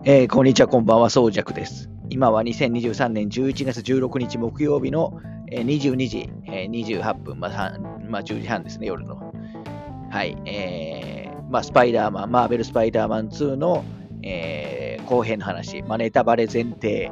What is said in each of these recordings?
こんにちは、こんばんは、そうじゃくです。今は2023年11月16日木曜日の22時28分、10時半ですね、夜の。はい、スパイダーマン、マーベル・スパイダーマン2の、後編の話、ネタバレ前提、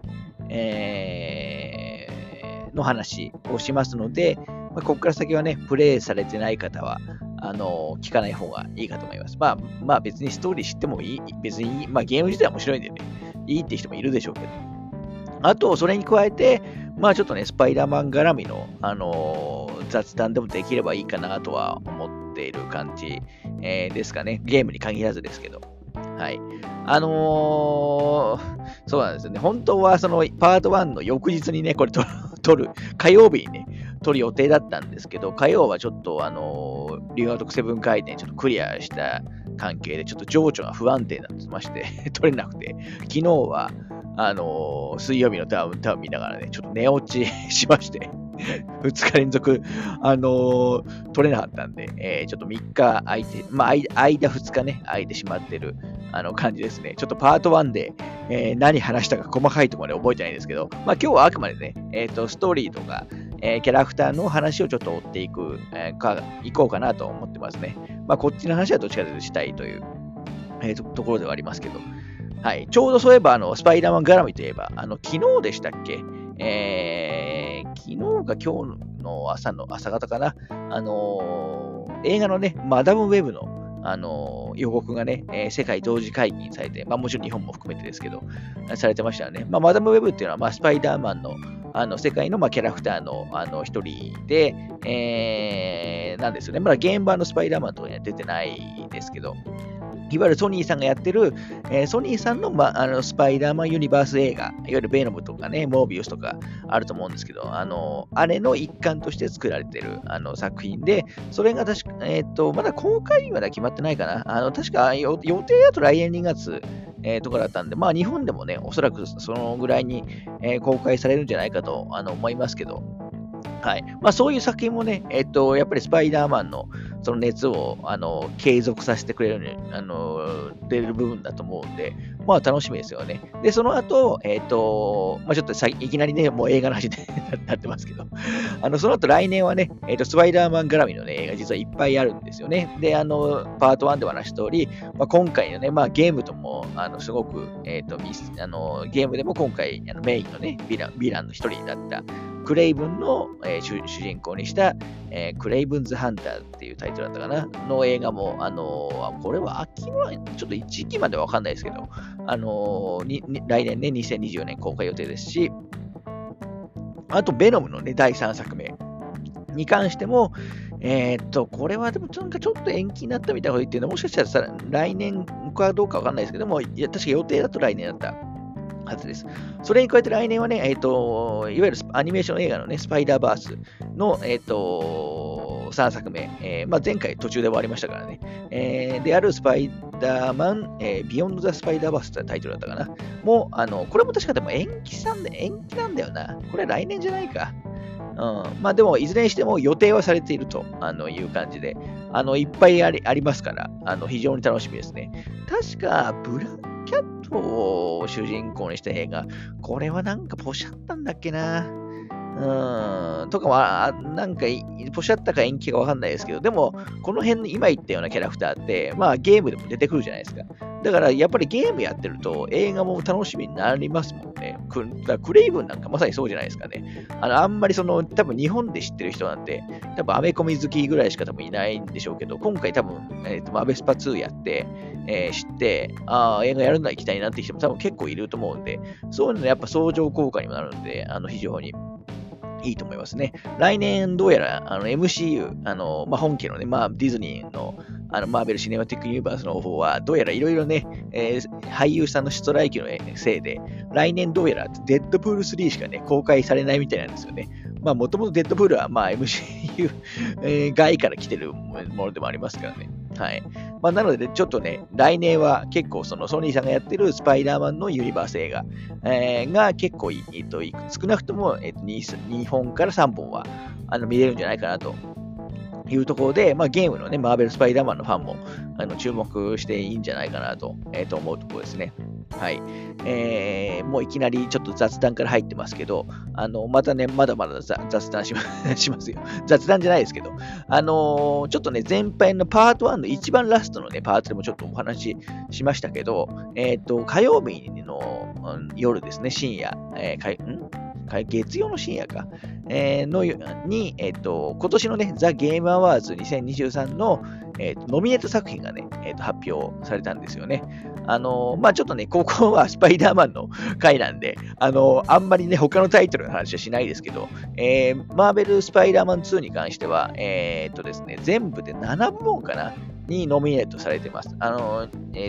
の話をしますので、ここから先はね、プレイされてない方は、聞かない方がいいかと思います。別にストーリー知ってもいい、別にいい、ゲーム自体は面白いんでね、いいって人もいるでしょうけど。あと、それに加えて、ちょっとね、スパイダーマン絡みの、雑談でもできればいいかなとは思っている感じ、ですかね。ゲームに限らずですけど。はい。そうなんですよね。本当はそのパート1の翌日にね、これ撮る、火曜日にね、撮る予定だったんですけど、火曜はちょっと龍河徳セブン回転ちょっとクリアした関係で、ちょっと情緒が不安定になってまして撮れなくて、昨日は、水曜日のダウンタウン見ながらね、ちょっと寝落ちしまして2日連続、取れなかったんで、ちょっと3日空いて、間2日ね、空いてしまってる、感じですね。ちょっとパート1で、何話したか細かいところまで覚えてないんですけど、今日はあくまでね、ストーリーとか、キャラクターの話をちょっと追っていこうかなと思ってますね。こっちの話はどっちかというとしたいという、ところではありますけど。はい。ちょうどそういえば、スパイダーマン絡みといえば、昨日でしたっけ昨日か今日の朝方かな、映画のね、マダムウェブの、予告がね、世界同時解禁されて、もちろん日本も含めてですけど、されてましたよね。マダムウェブっていうのは、スパイダーマンの世界のキャラクターの一人で、なんですよね。ゲーム版のスパイダーマンとかには出てないですけど、いわゆるソニーさんがやってる、ソニーさんの、スパイダーマンユニバース映画、いわゆるベノムとかね、モービウスとかあると思うんですけど、あれの一環として作られてる作品で、それが確か、まだ公開まだ決まってないかな。確か予定だと来年2月、とかだったんで、日本でもね、おそらくそのぐらいに、公開されるんじゃないかと思いますけど、はい。そういう作品もね、やっぱりスパイダーマンのその熱を、継続させてくれるように、出る部分だと思うんで、楽しみですよね。で、その後、ちょっといきなりね、もう映画の話になってますけど、その後来年はね、スパイダーマン絡みのね、映画実はいっぱいあるんですよね。で、パート1で話した通り、今回のね、ゲームとも、すごく、ゲームでも今回、メインのね、ヴィランの一人になった、クレイブンの、主人公にした、クレイブンズ・ハンターっていうタイトルだったかなの映画も、これは秋の、ちょっと一期までわかんないですけど、来年ね、2024年公開予定ですし、あと、ベノムのね、第3作目に関しても、これはでもちょっと延期になったみたいなこと言ってるのもしかしたら来年かどうかわかんないですけども、確か予定だと来年だったはずです。それに加えて来年はね、いわゆるアニメーション映画のね、スパイダーバースの、3作目、前回途中で終わりましたからね、であるスパイダーマン、ビヨンド・ザ・スパイダーバースってタイトルだったかな。もう、これも確かでも延期なんだよな。これ来年じゃないか。でも、いずれにしても予定はされているという感じで、いっぱいありますから、非常に楽しみですね。確か、ブラックキャットを主人公にした映画、これはなんかポシャったんだっけな。とかは、なんか、ポシャったか延期かわかんないですけど、でも、この辺の今言ったようなキャラクターって、ゲームでも出てくるじゃないですか。だから、やっぱりゲームやってると、映画も楽しみになりますもんね。クレイブンなんかまさにそうじゃないですかね。あんまり多分日本で知ってる人なんて、多分アメコミ好きぐらいしか多分いないんでしょうけど、今回多分、アベスパ2やって、知って、映画やるのは行きたいなって人も多分結構いると思うんで、そういうのやっぱ相乗効果にもなるんで、非常にいいと思いますね。来年どうやらMCU、本家のね、ディズニーのマーベル・シネマティック・ユニバースの方は、どうやらいろいろね、俳優さんのストライキのせいで、来年どうやらデッドプール3しかね、公開されないみたいなんですよね。もともとデッドプールはMCU 外から来てるものでもありますからね。はい。なので、ちょっとね、来年は結構ソニーさんがやってるスパイダーマンのユニバース映画、が結構少なくとも、2本から3本は見れるんじゃないかなというところで、まあ、ゲームのね、マーベル・スパイダーマンのファンも注目していいんじゃないかなと、思うところですね。はい。もういきなりちょっと雑談から入ってますけど、またね、まだまだ雑談しますよ。雑談じゃないですけど、ちょっとね、前編のパート1の一番ラストのね、パートでもちょっとお話ししましたけど、火曜日の、夜ですね、深夜、月曜の深夜か、に、今年のね、ザ・ゲームアワーズ2023の、ノミネート作品がね、発表されたんですよね。まあちょっとね、ここはスパイダーマンの回なんで、あんまりね、他のタイトルの話はしないですけど、マーベル・スパイダーマン2に関しては、ですね、全部で7部門かなにノミネートされてます。確か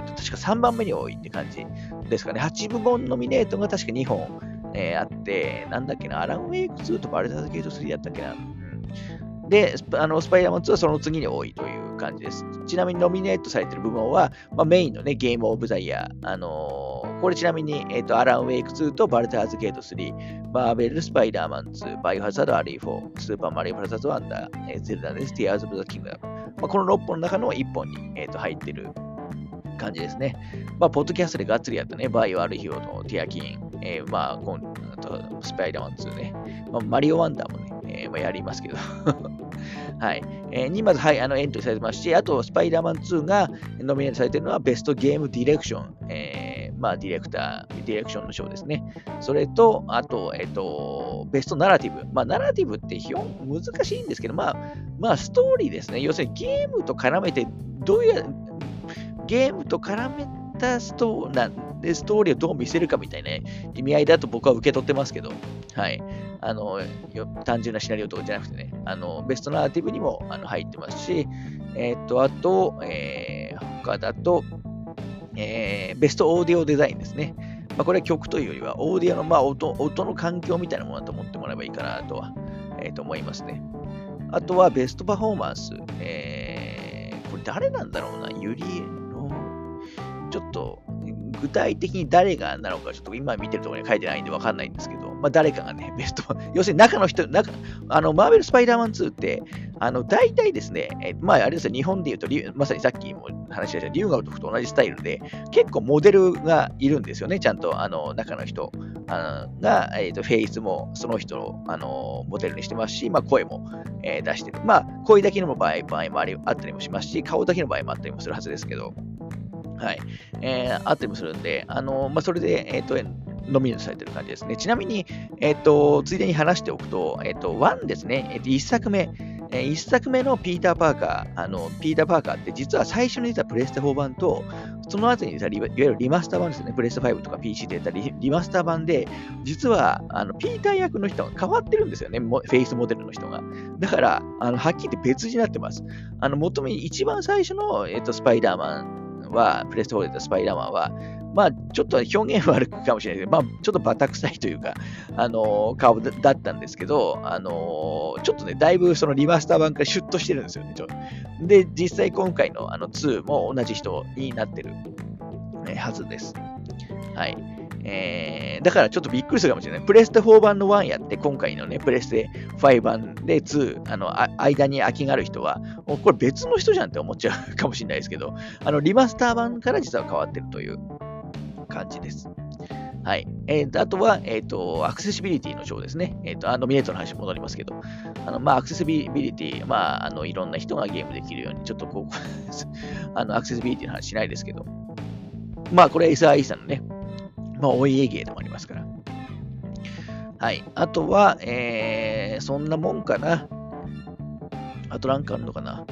3番目に多いって感じですかね。8部門ノミネートが確か2本、あって、なんだっけな、アランウェイク2とバルダーズゲート3だったっけな。で、スパイダーマン2はその次に多いという感じです。ちなみにノミネートされている部門は、まあ、メインのね、ゲームオブザイヤー。これちなみに、アランウェイク2とバルダーズゲート3、マーベル・スパイダーマン2、バイオハザード・アリー4、スーパーマリオ・プラザーズ・ワンダー、ゼルダです、ティアーズ・オブ・ザ・キングダム。まあ、この6本の中の1本に、入っている感じですね。まあ、ポッドキャストでがっつりやったね、バイオ・アルヒオのティアキン、まあ、あとスパイダーマン2ね、まあ、マリオ・ワンダーもね、まあ、やりますけど。はい。にまず、はい、エントリーされてますし、あと、スパイダーマン2がノミネートされているのは、ベストゲームディレクション、まあ、ディレクションの賞ですね。それと、あと、ベストナラティブ。まあ、ナラティブって難しいんですけど、まあ、ストーリーですね。要するに、ゲームと絡めて、ゲームと絡めたストーリーをどう見せるかみたいな意味合いだと僕は受け取ってますけど、はい。単純なシナリオとかじゃなくてね、ベストナラティブにも入ってますし、あと、他だと、ベストオーディオデザインですね。まあ、これは曲というよりは、オーディオの、まあ、音の環境みたいなものだと思ってもらえばいいかなとは、思いますね。あとは、ベストパフォーマンス。これ誰なんだろうな、ユリの、ちょっと、具体的に誰がなのか、ちょっと今見てるところに書いてないんでわかんないんですけど、まあ、誰かがね、ベスト、要するに中の人、マーベル・スパイダーマン2って、大体ですね、まあ、あれですよ、日本で言うと、まさにさっきも話しました、龍が如くと同じスタイルで、結構モデルがいるんですよね、ちゃんと、中の人が、フェイスもその人を、モデルにしてますし、まあ、声も、出してる。まあ、声だけの場合もあったりもしますし、顔だけの場合もあったりもするはずですけど、はい。あったりもするんで、まあ、それで、ノミネートされてる感じですね。ちなみに、ついでに話しておくと、1ですね、1作目、1作目のピーター・パーカーって実は最初に出たプレステ4版と、その後に出たいわゆるリマスター版ですね、プレステ5とか PC で出たリマスター版で、実はピーター役の人が変わってるんですよね、フェイスモデルの人が。だから、はっきり言って別になってます。元々一番最初の、スパイダーマンは、プレステ4で出たスパイダーマンは、まあ、ちょっと表現悪くかもしれないけど、まあ、ちょっとバタ臭いというか、顔だったんですけど、ちょっとね、だいぶそのリマスター版からシュッとしてるんですよね。で、実際今回の2も同じ人になってる、はずです。はい。だからちょっとびっくりするかもしれない。プレステ4版の1やって、今回のね、プレステ5版で2、間に空きがある人は、これ別の人じゃんって思っちゃうかもしれないですけど、リマスター版から実は変わってるという感じです。はい。あとは、アクセシビリティの章ですね。ノミネートの話に戻りますけど、まあ、アクセシビリティ、まあ、いろんな人がゲームできるように、ちょっとこうアクセシビリティの話しないですけど、まあ、これは SRE さんのね、まあ、お家芸でもありますから。はい。あとは、そんなもんかな。あとなんかあるのかな。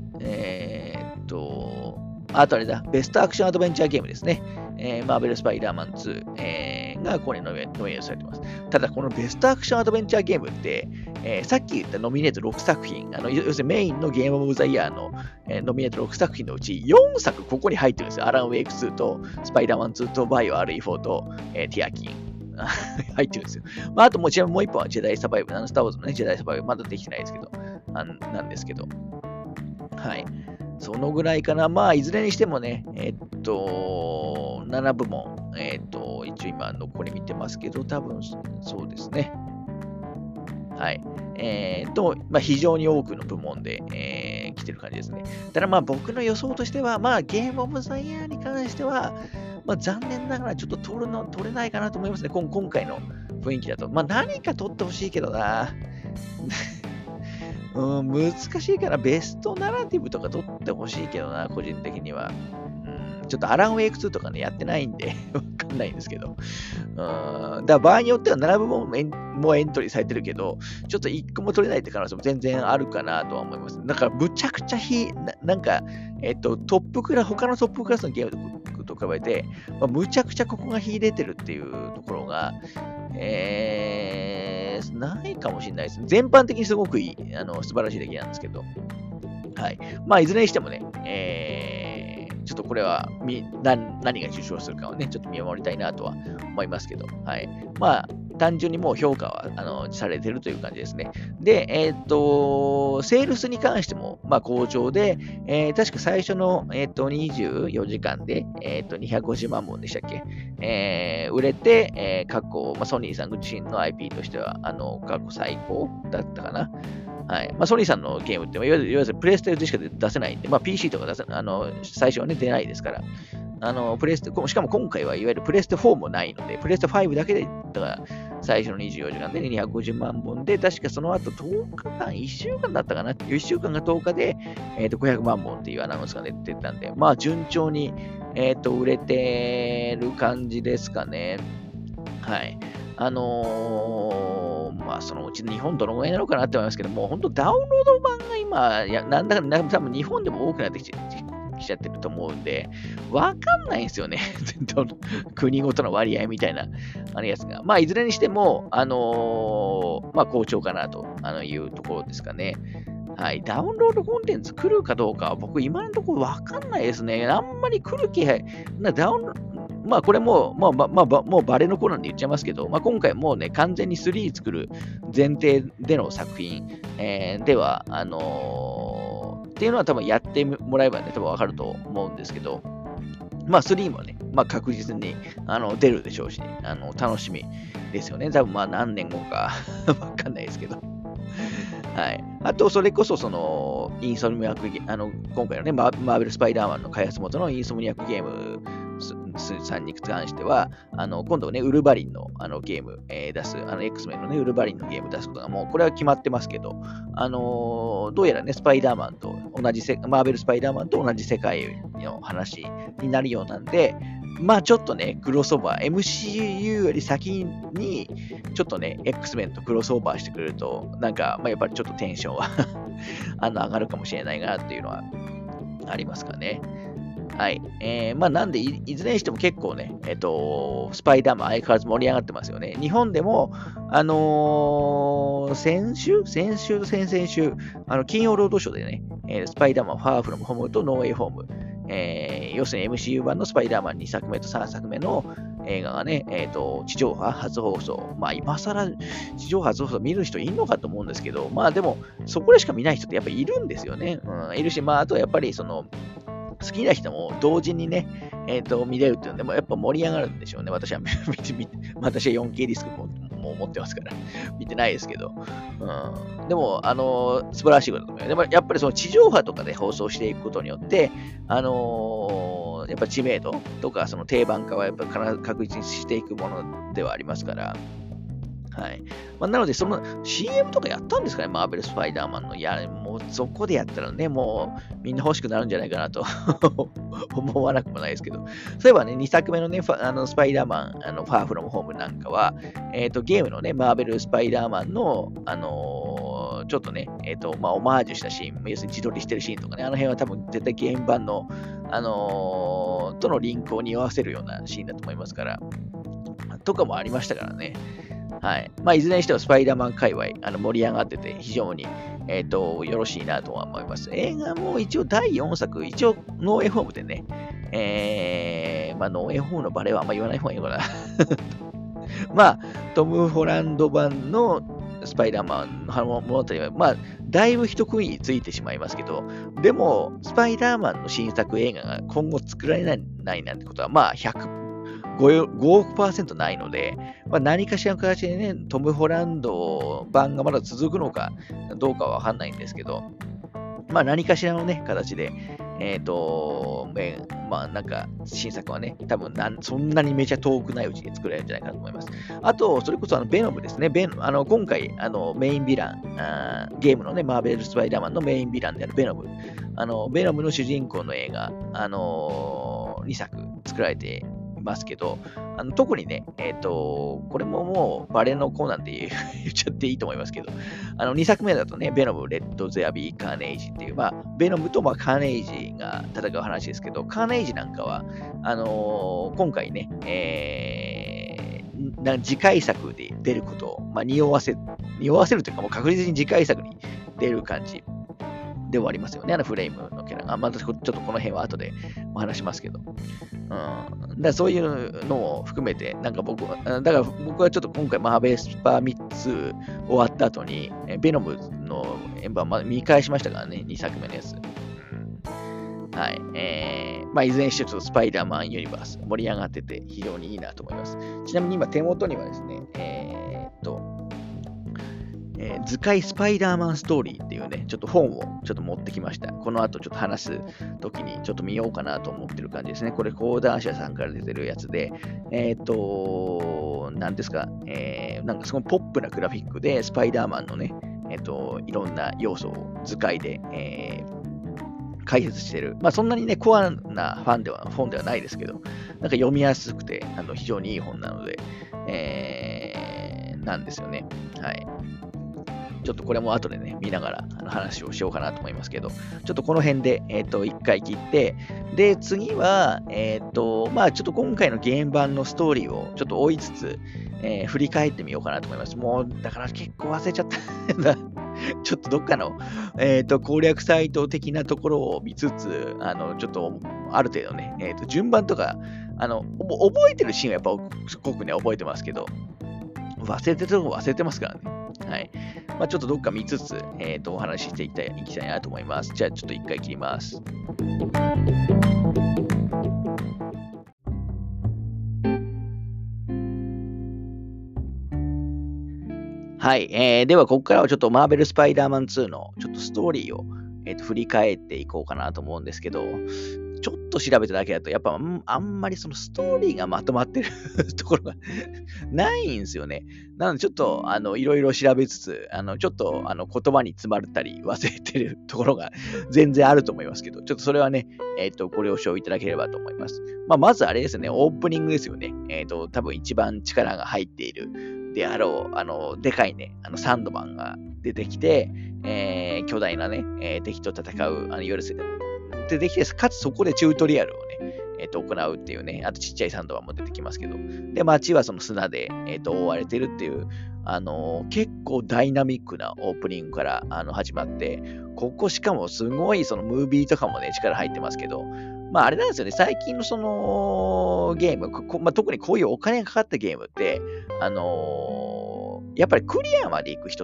あとあれだ、ベストアクションアドベンチャーゲームですね。マーベル・スパイダーマン2、がここにノミネートされています。ただ、このベストアクションアドベンチャーゲームって、さっき言ったノミネート6作品、要するにメインのゲームオブザイヤーの、ノミネート6作品のうち4作ここに入ってるんですよ。アラン・ウェイク2と、スパイダーマン2と、バイオ RE4 と、ティアキン。入ってるんですよ。まあ、あともちろんもう一本はジェダイサバイブ、スター・ウォーズのね、ジェダイサバイブ、まだできてないですけど、なんですけど。はい。そのぐらいかな。まあ、いずれにしてもね、7部門、一応今残り見てますけど、多分そうですね。 はい。非常に多くの部門で、来てる感じですね。ただまあ僕の予想としては、まあゲームオブザイヤーに関しては、まあ残念ながらちょっと取れないかなと思いますね。今回の雰囲気だと。まあ何か取ってほしいけどな。難しいからベストナラティブとか取ってほしいけどな、個人的には。ちょっとアランウェイク2とかね、やってないんで、わかんないんですけど。だから場合によっては並ぶももエントリーされてるけど、ちょっと1個も取れないって可能性も全然あるかなとは思います。だから、むちゃくちゃなんか、他のトップクラスのゲームと比べて、むちゃくちゃここが秀でてるっていうところが、ないかもしれないです。全般的にすごくいい、素晴らしい出来なんですけど。はい。まあ、いずれにしてもね、ちょっとこれは何が受賞するかをね、ちょっと見守りたいなとは思いますけど、はい。まあ、単純にもう評価はされてるという感じですね。で、セールスに関しても、まあ、好調で、確か最初の、24時間で、250万本でしたっけ、売れて、過去、ソニーさん自身の IP としては、過去最高だったかな。はい。ソニーさんのゲームって、いわゆるプレイステでしか出せないんで、PC とか最初はね、出ないですから。しかも今回はいわゆるプレステ4もないので、プレステ5だけで、だから最初の24時間で250万本で、確かその後10日間、1週間だったかな、1週間が10日で、500万本っていうアナウンスが出てたんで、まあ順調に、売れてる感じですかね。はい。そのうち日本どのぐらいなのかなって思いますけども、本当ダウンロード版が今、なんだか多分日本でも多くなってきちゃってると思うんで、わかんないんですよね。国ごとの割合みたいな、やつが。まあ、いずれにしても、好調かなというところですかね。はい。ダウンロードコンテンツ来るかどうかは僕今のところわかんないですね。あんまり来る気配、これも、もうバレの子なんで言っちゃいますけど、今回もうね、完全に3作る前提での作品、では、っていうのは多分やってもらえばね、多分わかると思うんですけど、3もね、確実に出るでしょうし、楽しみですよね。多分何年後かわかんないですけど。はい。あと、それこそ、インソムニアク、今回のね、マーベル・スパイダーマンの開発元のインソムニアクゲームさんに関しては、今度ね、ウルヴァリンのゲーム、出す、X メンのね、ウルヴァリンのゲーム出すことがもう、これは決まってますけど、どうやらね、スパイダーマンとマーベル・スパイダーマンと同じ世界の話になるようなんで、ちょっとね、クロスオーバー、MCU より先に、ちょっとね、X メンとクロスオーバーしてくれると、やっぱりちょっとテンションは上がるかもしれないなっていうのはありますかね。はい。なんでいずれにしても結構ね、スパイダーマン相変わらず盛り上がってますよね。日本でも、先々週、金曜ロードショーでね、スパイダーマンファーフロムホームとノーウェイホーム、要するに MCU 版のスパイダーマン2作目と3作目の映画がね、地上波初放送。今更地上波初放送見る人いるのかと思うんですけど、でも、そこでしか見ない人ってやっぱりいるんですよね。いるし、あとはやっぱり好きな人も同時にね、見れるっていうのでもやっぱ盛り上がるんでしょうね。私は 4K ディスクも持ってますから、見てないですけど。でも、素晴らしいことだと思います。でも、やっぱりその地上波とかで放送していくことによって、やっぱ知名度とか、その定番化はやっぱ確実にしていくものではありますから、はい。なので、CM とかやったんですかね、マーベル・スパイダーマンの。いや、もうそこでやったらね、もうみんな欲しくなるんじゃないかなと思わなくもないですけど。そういえばね、2作目のね、スパイダーマン、ファーフロムホームなんかは、ゲームのね、マーベル・スパイダーマンの、ちょっとね、オマージュしたシーン、要するに自撮りしてるシーンとかね、あの辺は多分絶対ゲーム版の、とのリンクを匂わせるようなシーンだと思いますから、とかもありましたからね。はい。いずれにしてもスパイダーマン界隈、盛り上がってて、非常に、よろしいなとは思います。映画も一応第4作、一応ノーエフォームでね、ノーエフォームのバレはあんま言わない方がいいのかな。トム・ホランド版のスパイダーマンの物語は、だいぶ一区切りついてしまいますけど、でも、スパイダーマンの新作映画が今後作られないなんてことは、 5億% ないので、まあ、何かしらの形でね、トム・ホランド版がまだ続くのかどうかはわかんないんですけど、まあ何かしらのね、形で、まあなんか新作はね、多分そんなにめちゃ遠くないうちに作られるんじゃないかなと思います。あと、それこそベノムですね。今回、メインヴィラン、ゲームのね、マーベル・スパイダーマンのメインヴィランであるベノム。ベノムの主人公の映画、2作作られていますけど、特にね、これももうバレの子なんて言っちゃっていいと思いますけど、2作目だとね、ベノム、レッド・ゼア・ビー・カーネイジっていう、まあ、ベノムとまあカーネイジが戦う話ですけど、カーネイジなんかは、今回ね、次回作で出ることを、まあ、匂わせるというか、もう確実に次回作に出る感じではありますよね、フレームのキャラが。またちょっとこの辺は後でお話しますけど。だからそういうのを含めて、だから僕はちょっと今回マーベルスパー3つ終わった後に、ベノムの円盤見返しましたからね、2作目のやつ。はい。まあ、いずれにしてちょっとスパイダーマンユニバース盛り上がってて非常にいいなと思います。ちなみに今手元にはですね、図解スパイダーマンストーリーっていうね、ちょっと本をちょっと持ってきました。この後ちょっと話す時にちょっと見ようかなと思ってる感じですね。これ講談社さんから出てるやつで、何ですか、なんかすごいポップなグラフィックでスパイダーマンのね、いろんな要素を図解で、解説してる。まあそんなにね、コアな本ではないですけど、なんか読みやすくて、非常にいい本なので、なんですよね。はい。ちょっとこれも後でね、見ながら話をしようかなと思いますけど、ちょっとこの辺で、一回切って、で、次は、まあちょっと今回のゲーム版のストーリーをちょっと追いつつ、振り返ってみようかなと思います。もう、だから結構忘れちゃった。ちょっとどっかの、攻略サイト的なところを見つつ、ちょっとある程度ね、順番とか、覚えてるシーンはやっぱすごくね、覚えてますけど、忘れてるとこ忘れてますからね。はい。まあ、ちょっとどっか見つつ、お話ししていきたいなと思います。じゃあ、ちょっと一回切ります。はい。では、ここからはちょっとマーベル・スパイダーマン2のちょっとストーリーを、振り返っていこうかなと思うんですけど、ちょっと調べただけだと、やっぱあんまりそのストーリーがまとまってるところがないんですよね。なのでちょっといろいろ調べつつ、ちょっと言葉に詰まったり忘れてるところが全然あると思いますけど、ちょっとそれはね、ご了承いただければと思います。まあ、まずあれですね、オープニングですよね。多分一番力が入っているであろう、でかいね、サンドマンが出てきて、巨大なね、敵と戦う、いわゆる出てきて、かつそこでチュートリアルをね、行うっていうね、あとちっちゃいサンドマンも出てきますけど、で、街はその砂で、覆われてるっていう、結構ダイナミックなオープニングから始まって、ここしかもすごいそのムービーとかもね、力入ってますけど、まああれなんですよね、最近のそのゲーム、まあ、特にこういうお金がかかったゲームって、やっぱりクリアまで行く人って、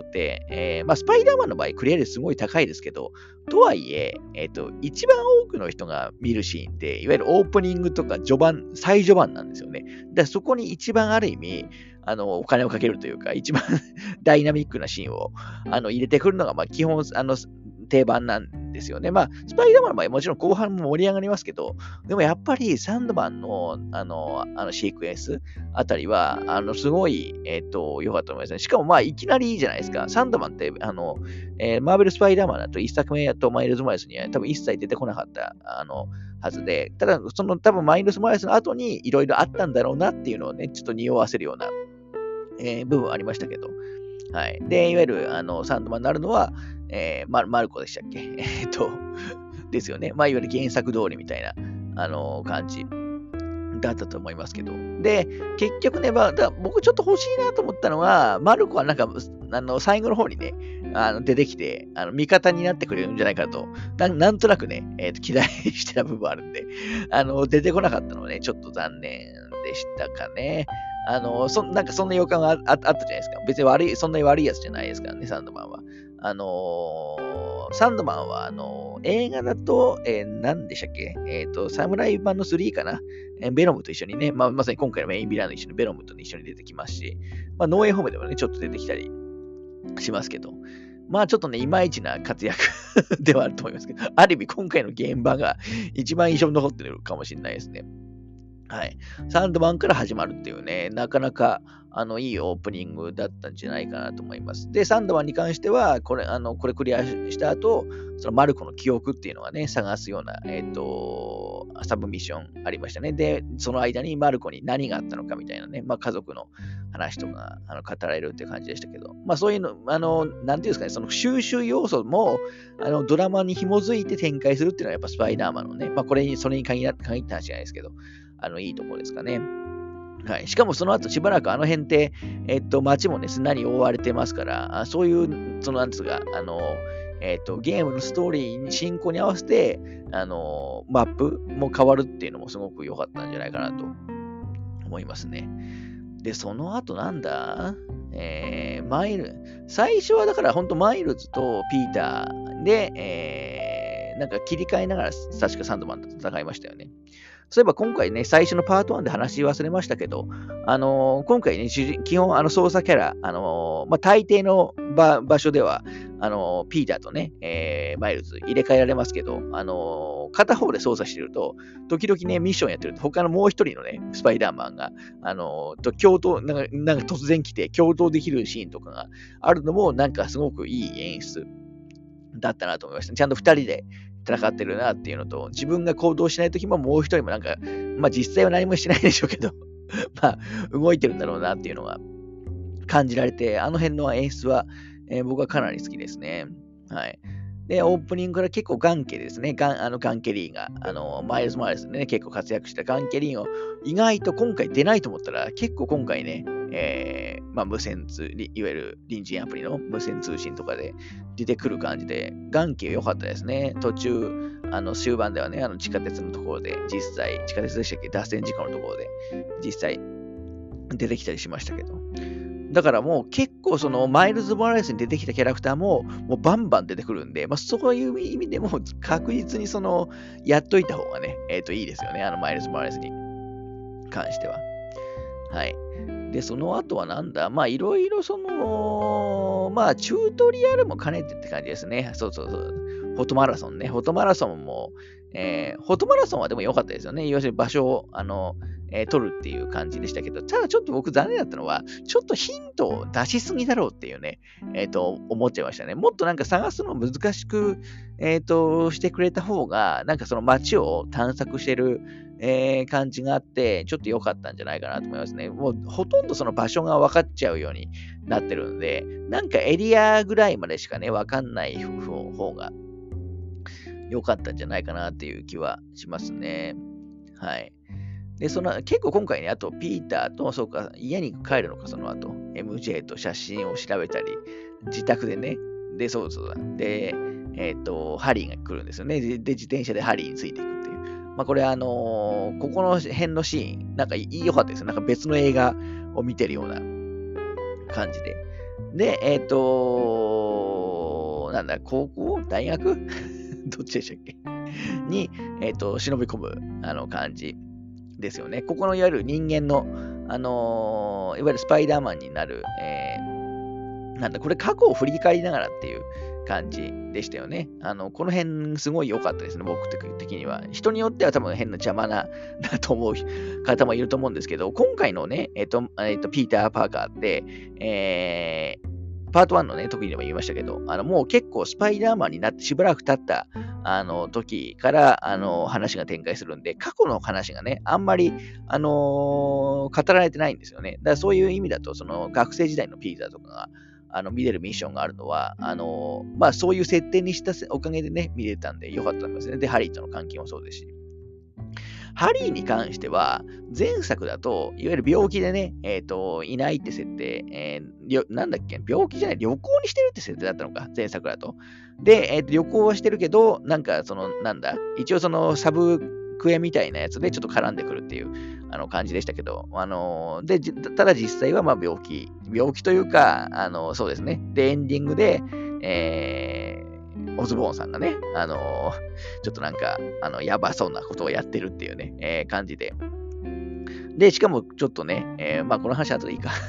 まあ、スパイダーマンの場合、クリア率すごい高いですけど、とはいえ、一番多くの人が見るシーンって、いわゆるオープニングとか最序盤なんですよね。だからそこに一番ある意味、お金をかけるというか、一番ダイナミックなシーンを入れてくるのが、まあ、基本、定番なんですよね。まあ、スパイダーマンの場合、もちろん後半も盛り上がりますけど、でもやっぱりサンドマンの、シークエンスあたりは、すごい、良かったと思いますね。しかも、まあ、いきなりいいじゃないですか。サンドマンって、マーベル・スパイダーマンだと一作目とマイルズ・モラレスには多分一切出てこなかった、はずで、ただ、多分マイルズ・モラレスの後にいろいろあったんだろうなっていうのをね、ちょっと匂わせるような、部分はありましたけど、はい。で、いわゆる、サンドマンになるのは、マルコでしたっけですよね。まあ、いわゆる原作通りみたいな、感じだったと思いますけど。で、結局ね、まあ、僕ちょっと欲しいなと思ったのは、マルコはなんか、最後の方にね、出てきて、味方になってくれるんじゃないかと、なんとなくね、期待してた部分あるんで、出てこなかったのはね、ちょっと残念でしたかね。なんかそんな予感があったじゃないですか。別にそんなに悪いやつじゃないですからね、サンドマンは。 サンドマンは、映画だと、何でしたっけサムライ版の3かなベノムと一緒にね、まさに今回のメインヴィランの一緒にベノムと一緒に出てきますし、ノーエイホームでもね、ちょっと出てきたりしますけど、ちょっとね、いまいちな活躍ではあると思いますけど、ある意味今回の現場が一番印象に残ってるかもしれないですね。はい。サンドマンから始まるっていうね、なかなか、いいオープニングだったんじゃないかなと思います。で、サンドマンに関しては、これクリアした後、そのマルコの記憶っていうのがね、探すような、サブミッションありましたね。で、その間にマルコに何があったのかみたいなね、家族の話とか、語られるって感じでしたけど、そういうの、なんていうんですかね、その収集要素も、ドラマに紐づいて展開するっていうのはやっぱスパイダーマンのね、それに限った話じゃないですけど、いいところですかね。はい。しかもその後しばらくあの辺って、街もね、砂に覆われてますから、そういう、なんですが、ゲームのストーリーに進行に合わせて、マップも変わるっていうのもすごく良かったんじゃないかなと思いますね。で、その後なんだ最初はだから本当マイルズとピーターで、なんか切り替えながら確かサンドマンと戦いましたよね。そういえば今回ね、最初のパート1で話し忘れましたけど、今回ね、基本操作キャラ、大抵の場所では、ピーターとね、マイルズ入れ替えられますけど、片方で操作してると、時々ね、ミッションやってると、他のもう一人のね、スパイダーマンが、共闘、なんか突然来て共闘できるシーンとかがあるのも、なんかすごくいい演出だったなと思いました。ちゃんと二人で戦ってるなっていうのと、自分が行動しないときももう一人もなんか、実際は何もしてないでしょうけど、動いてるんだろうなっていうのが感じられて、あの辺の演出は、僕はかなり好きですね。はい。で、オープニングから結構ガンケですね。ガンケリーが、マイルズ・マイルズでね、結構活躍したガンケリーを意外と今回出ないと思ったら、結構今回ね、無線いわゆる隣人アプリの無線通信とかで出てくる感じで、ガンケ良かったですね。途中、終盤ではね、地下鉄のところで、実際、地下鉄でしたっけ脱線事故のところで、実際出てきたりしましたけど。だからもう結構そのマイルズ・モラレスに出てきたキャラクターももうバンバン出てくるんで、そういう意味でも確実にやっといた方がね、いいですよね。マイルズ・モラレスに関しては。はい。で、その後はなんだいろいろチュートリアルも兼ねてって感じですね。そう。フォトマラソンね。フォトマラソンも、フォトマラソンはでも良かったですよね。要するに場所を、取るっていう感じでしたけど、ただちょっと僕残念だったのは、ちょっとヒントを出しすぎだろうっていうね、思っちゃいましたね。もっとなんか探すの難しく、してくれた方が、なんかその街を探索してる、感じがあって、ちょっと良かったんじゃないかなと思いますね。もうほとんどその場所が分かっちゃうようになってるんで、なんかエリアぐらいまでしかね、分かんない方が良かったんじゃないかなっていう気はしますね。はい。で、結構今回ね、あと、ピーターと、そうか、家に帰るのか、その後、MJ と写真を調べたり、自宅でね、で、そうだ。で、ハリーが来るんですよね。で、自転車でハリーについていくっていう。これここの辺のシーン、なんか良かったですよ。なんか別の映画を見てるような感じで。で、なんだ、高校大学どっちでしたっけに、忍び込む、感じ。ですよね。ここのいわゆる人間の、いわゆるスパイダーマンになる、これ過去を振り返りながらっていう感じでしたよね。この辺すごい良かったですね、僕的には。人によっては多分変な邪魔だと思う方もいると思うんですけど、今回のね、ピーター・パーカーって、パート1のね、時にも言いましたけど、もう結構スパイダーマンになってしばらく経った、時から、話が展開するんで、過去の話がね、あんまり、語られてないんですよね。だからそういう意味だと、学生時代のピーターとかが、見れるミッションがあるのは、そういう設定にしたおかげでね、見れたんでよかったと思いますね。で、ハリーとの関係もそうですし。ハリーに関しては、前作だと、いわゆる病気でね、いないって設定、なんだっけ、病気じゃない、旅行にしてるって設定だったのか、前作だと。で、旅行はしてるけど、なんか、一応サブクエみたいなやつでちょっと絡んでくるっていう感じでしたけど、ただ実際は病気というか、そうですね。で、エンディングで、 オズボーンさんがね、ちょっとなんか、やばそうなことをやってるっていうね、感じで。で、しかもちょっとね、まあこの話は後でいいか、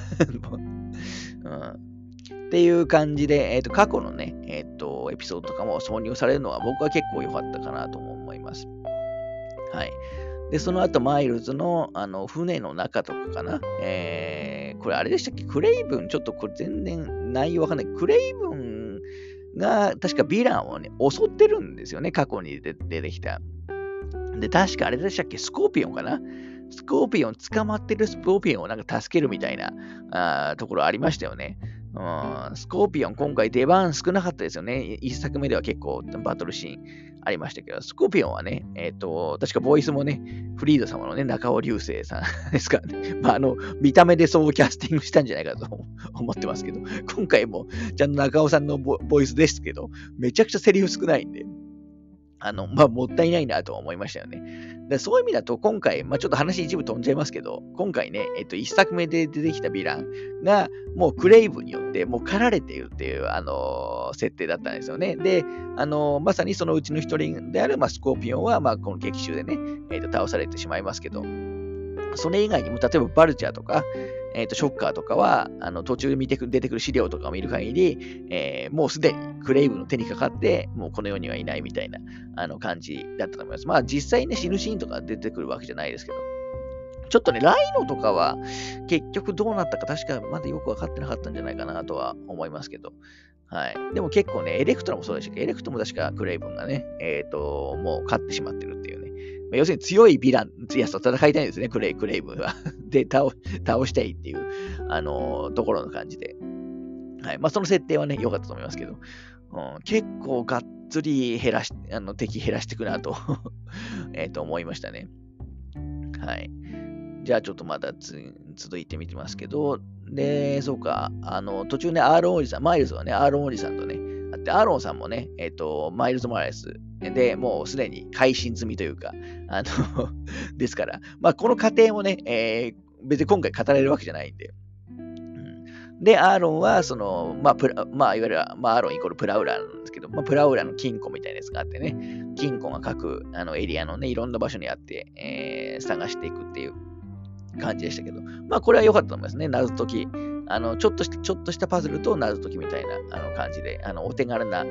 っていう感じで、過去のね、エピソードとかも挿入されるのは僕は結構良かったかなと思います。はい。で、その後、マイルズの、船の中とかかな。これあれでしたっけ？クレイブン、ちょっとこれ全然内容わかんない。クレイブンが確かヴィランをね、襲ってるんですよね。過去に出てきた。で、確かあれでしたっけ？スコーピオンかな？スコーピオン、捕まってるスコーピオンをなんか助けるみたいなところありましたよね。スコーピオン今回出番少なかったですよね。一作目では結構バトルシーンありましたけど、スコーピオンはね、確かボイスもね、フリード様のね、中尾隆聖さんですからね。まあ、見た目でそうキャスティングしたんじゃないかと思ってますけど、今回もちゃんと中尾さんのボイスですけど、めちゃくちゃセリフ少ないんで、まあ、もったいないなと思いましたよね。でそういう意味だと、今回、まあ、ちょっと話一部飛んじゃいますけど、今回ね、一作目で出てきたヴィランが、もうクレイブによって、もう狩られているっていう、設定だったんですよね。で、まさにそのうちの一人である、まあ、スコーピオンは、まあ、この劇中でね、倒されてしまいますけど、それ以外にも、例えばバルチャーとか、ショッカーとかは、途中で出てくる資料とかを見る限り、もうすでにクレイブの手にかかって、もうこの世にはいないみたいな、感じだったと思います。まあ実際ね、死ぬシーンとか出てくるわけじゃないですけど、ちょっとね、ライノとかは結局どうなったか確かまだよくわかってなかったんじゃないかなとは思いますけど、はい。でも結構ね、エレクトラもそうでしたけど、エレクトも確かクレイブンがね、もう勝ってしまってるっていうね。要するに強いヴィラン、やつと戦いたいんですね、クレイブンは。で、倒したいっていう、ところの感じで。はい。まあ、その設定はね、良かったと思いますけど、結構がっつり敵減らしていくなと思いましたね。はい。じゃあちょっとまだ続いてみてますけど、で、そうか、途中ね、アーロンおじさん、マイルズはね、アーロンおじさんとね、あって、アーロンさんもね、マイルズ・モラレスでもうすでに改心済みというか、ですから、まあ、この過程もね、別に今回語られるわけじゃないんで、で、アーロンは、まあ、いわゆる、まあ、アーロンイコールプラウラーなんですけど、まあ、プラウラーの金庫みたいなやつがあってね、金庫が各エリアのね、いろんな場所にあって、探していくっていう感じでしたけど、まあ、これは良かったと思いますね。謎解き。ちょっとしたパズルと謎解きみたいな感じで、お手軽な、なん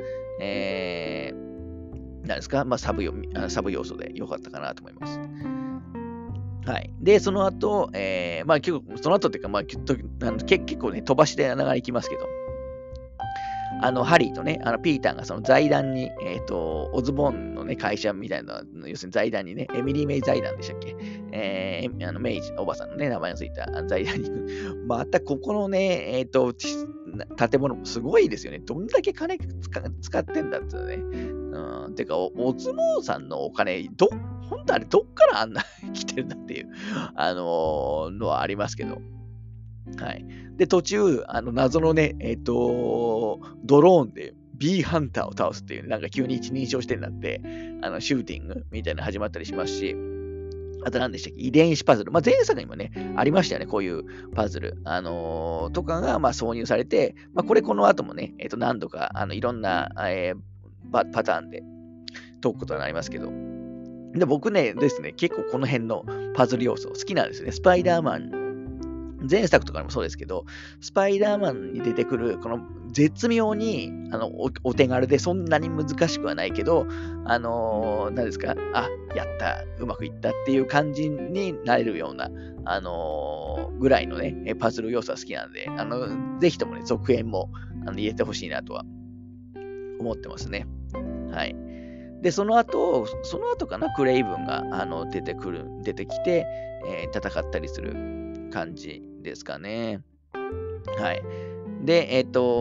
ですか、まあ、サブ要素で良かったかなと思います。はい。で、その後、まあ、その後っていうか、まあ、結構ね、飛ばして長いきますけど、ハリーとね、ピーターがその財団に、オズボーンのね、会社みたいな、要するに財団にね、エミリー・メイ財団でしたっけ？メイおばさんのね、名前のついた財団に行く。またここのね、建物もすごいですよね。どんだけ金使ってんだってね。てか、オズボーンさんのお金、本当あれどっからあんな来てるんだっていう、のはありますけど。はい。で、途中、謎のね、ドローンで B ハンターを倒すっていう、なんか急に一人称視点になって、シューティングみたいなの始まったりしますし、あと何でしたっけ、遺伝子パズル。まあ、前作にもね、ありましたよね、こういうパズル。とかが、まあ、挿入されて、まあ、この後もね、何度か、いろんな、パターンで解くことになりますけど。で、僕ね、ですね、結構この辺のパズル要素好きなんですよね。スパイダーマン前作とかでもそうですけど、スパイダーマンに出てくる、この絶妙にお手軽でそんなに難しくはないけど、何ですか、やった、うまくいったっていう感じになれるような、ぐらいのね、パズル要素は好きなんで、ぜひともね、続編も入れてほしいなとは思ってますね。はい。で、その後かな、クレイブンが出てきて、戦ったりする感じですかね。はい。で、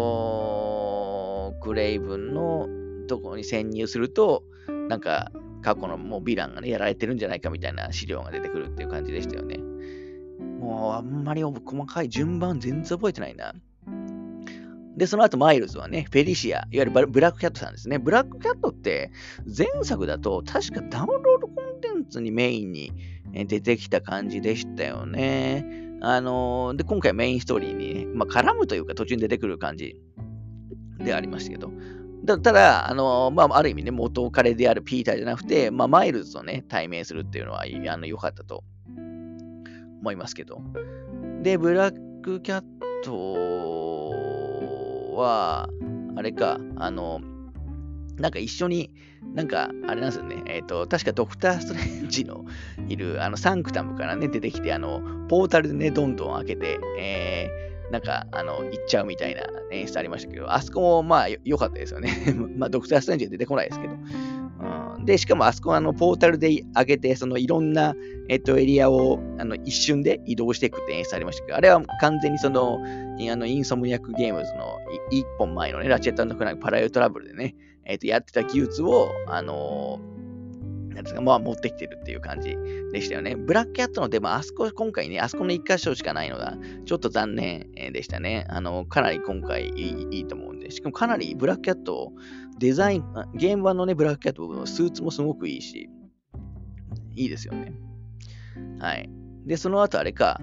クレイブンのところに潜入すると、なんか、過去のもうヴィランがね、やられてるんじゃないかみたいな資料が出てくるっていう感じでしたよね。もう、あんまり細かい順番全然覚えてないな。で、その後、マイルズはね、フェリシア、いわゆるブラックキャットさんですね。ブラックキャットって、前作だと、確かダウンロードコンテンツにメインに出てきた感じでしたよね。で、今回メインストーリーに、ね、まあ、絡むというか、途中に出てくる感じでありましたけど。 ただ、まあ、ある意味ね、元彼であるピーターじゃなくて、まあ、マイルズとね、対面するっていうのは、良かったと思いますけど。で、ブラックキャットは、あれか、なんか一緒に、なんか、あれなんですよね。確かドクター・ストレンジのいる、サンクタムからね、出てきて、ポータルでね、どんどん開けて、なんか、行っちゃうみたいな演出ありましたけど、あそこも、まあ、良かったですよね。まあ、ドクター・ストレンジは出てこないですけど。うん、で、しかもあそこは、ポータルで開けて、そのいろんな、エリアを、一瞬で移動していくって演出ありましたけど、あれは完全にその、インソムニアックゲームズの一本前のね、ラチェット&クランクパラレルトラブルでね、やってた技術を、なんですか、まあ、持ってきてるっていう感じでしたよね。ブラックキャットの、でも、今回ね、あそこの一箇所しかないのが、ちょっと残念でしたね。かなり今回いいと思うんで、しかもかなりブラックキャット、デザイン、ゲーム版のね、ブラックキャットのスーツもすごくいいし、いいですよね。はい。で、その後あれか、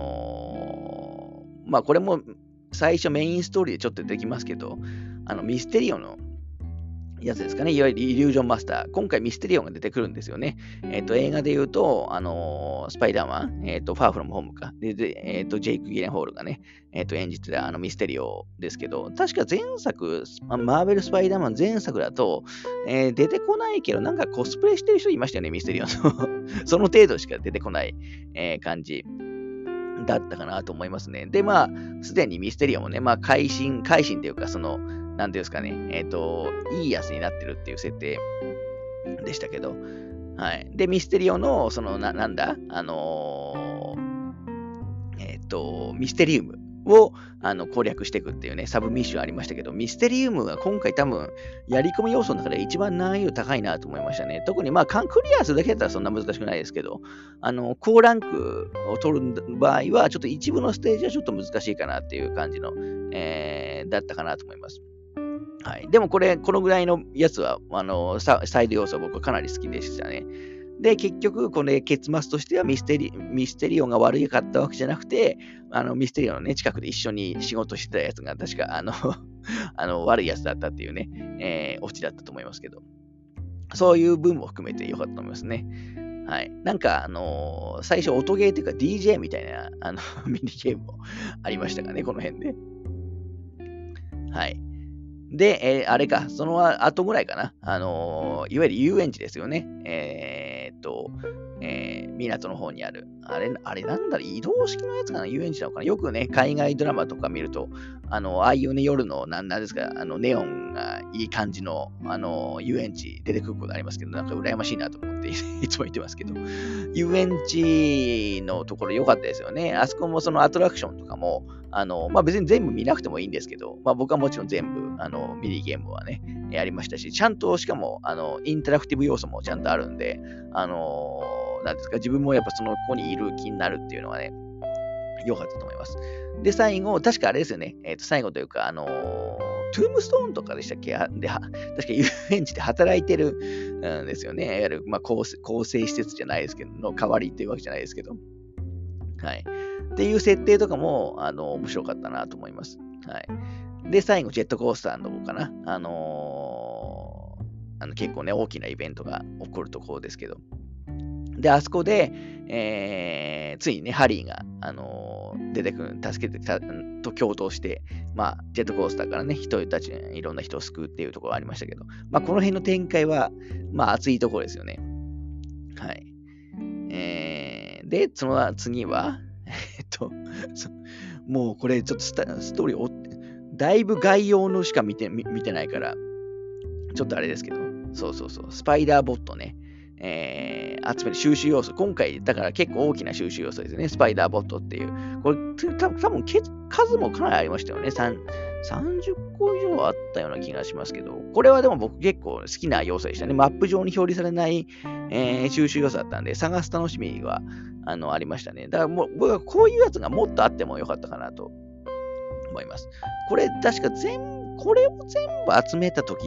まあ、これも最初メインストーリーでちょっと出てきますけど、ミステリオのやつですかね。いわゆるイリュージョンマスター。今回ミステリオンが出てくるんですよね。映画で言うと、スパイダーマン、ファーフロムホームか。で、ジェイク・ギレンホールがね、演じてたミステリオですけど、確か前作、マーベル・スパイダーマン前作だと、出てこないけど、なんかコスプレしてる人いましたよね、ミステリオの。その程度しか出てこない、感じ。だったかなと思いますね。で、まあ、すでにミステリオもね、まあ、改心というか、その、なんていうんですかね、いいやつになってるっていう設定でしたけど、はい。で、ミステリオの、その、なんだ、ミステリウムを攻略していくっていうね、サブミッションありましたけど、ミステリウムが今回多分、やり込み要素の中で一番難易度高いなと思いましたね。特にまあ、クリアするだけだったらそんな難しくないですけど、高ランクを取る場合は、ちょっと一部のステージはちょっと難しいかなっていう感じの、だったかなと思います。はい。でもこのぐらいのやつは、サイド要素僕はかなり好きでしたね。で、結局、これ結末としてはミステリオンが悪かったわけじゃなくて、ミステリオンのね、近くで一緒に仕事してたやつが、確か、悪いやつだったっていうね、オチだったと思いますけど、そういう分も含めて良かったと思いますね。はい。なんか、最初、音ゲーというか DJ みたいな、ミニゲームもありましたかね、この辺で。はい。で、あれか、その後ぐらいかな。いわゆる遊園地ですよね。港の方にある。あれなんだろう、移動式のやつかな、遊園地なのかな。よくね、海外ドラマとか見ると、ああいうね、夜の、なんですか、ネオンがいい感じの、遊園地出てくることありますけど、なんか羨ましいなと思っていつも言ってますけど、遊園地のところ良かったですよね。あそこもそのアトラクションとかも、まあ、別に全部見なくてもいいんですけど、まあ、僕はもちろん全部、ミニゲームはね、やりましたし、ちゃんと、しかも、インタラクティブ要素もちゃんとあるんで、なんですか、自分もやっぱその子にいる気になるっていうのはね、良かったと思います。で、最後、確かあれですよね、最後というか、トゥームストーンとかでしたっけで、確か遊園地で働いてるんですよね。いわゆる、まあ、構成施設じゃないですけど、の代わりっていうわけじゃないですけど。はい。っていう設定とかも、面白かったなと思います。はい。で、最後、ジェットコースターのとこかな。結構ね、大きなイベントが起こるところですけど。で、あそこで、ついにね、ハリーが、出てくる、助けてたと共闘して、まあ、ジェットコースターからね、人たち、いろんな人を救うっていうところがありましたけど、まあ、この辺の展開は、まあ、熱いところですよね。はい。で、その次は、もうこれちょっとストーリーだいぶ概要のしか見てないから、ちょっとあれですけど、そう、スパイダーボットね、集める収集要素。今回、だから結構大きな収集要素ですね。スパイダーボットっていう。これ、多分数もかなりありましたよね。30個以上あったような気がしますけど、これはでも僕結構好きな要素でしたね。マップ上に表示されない、収集要素だったんで、探す楽しみがありましたね。だからもう僕はこういうやつがもっとあってもよかったかなと思います。これ確かこれを全部集めたときって、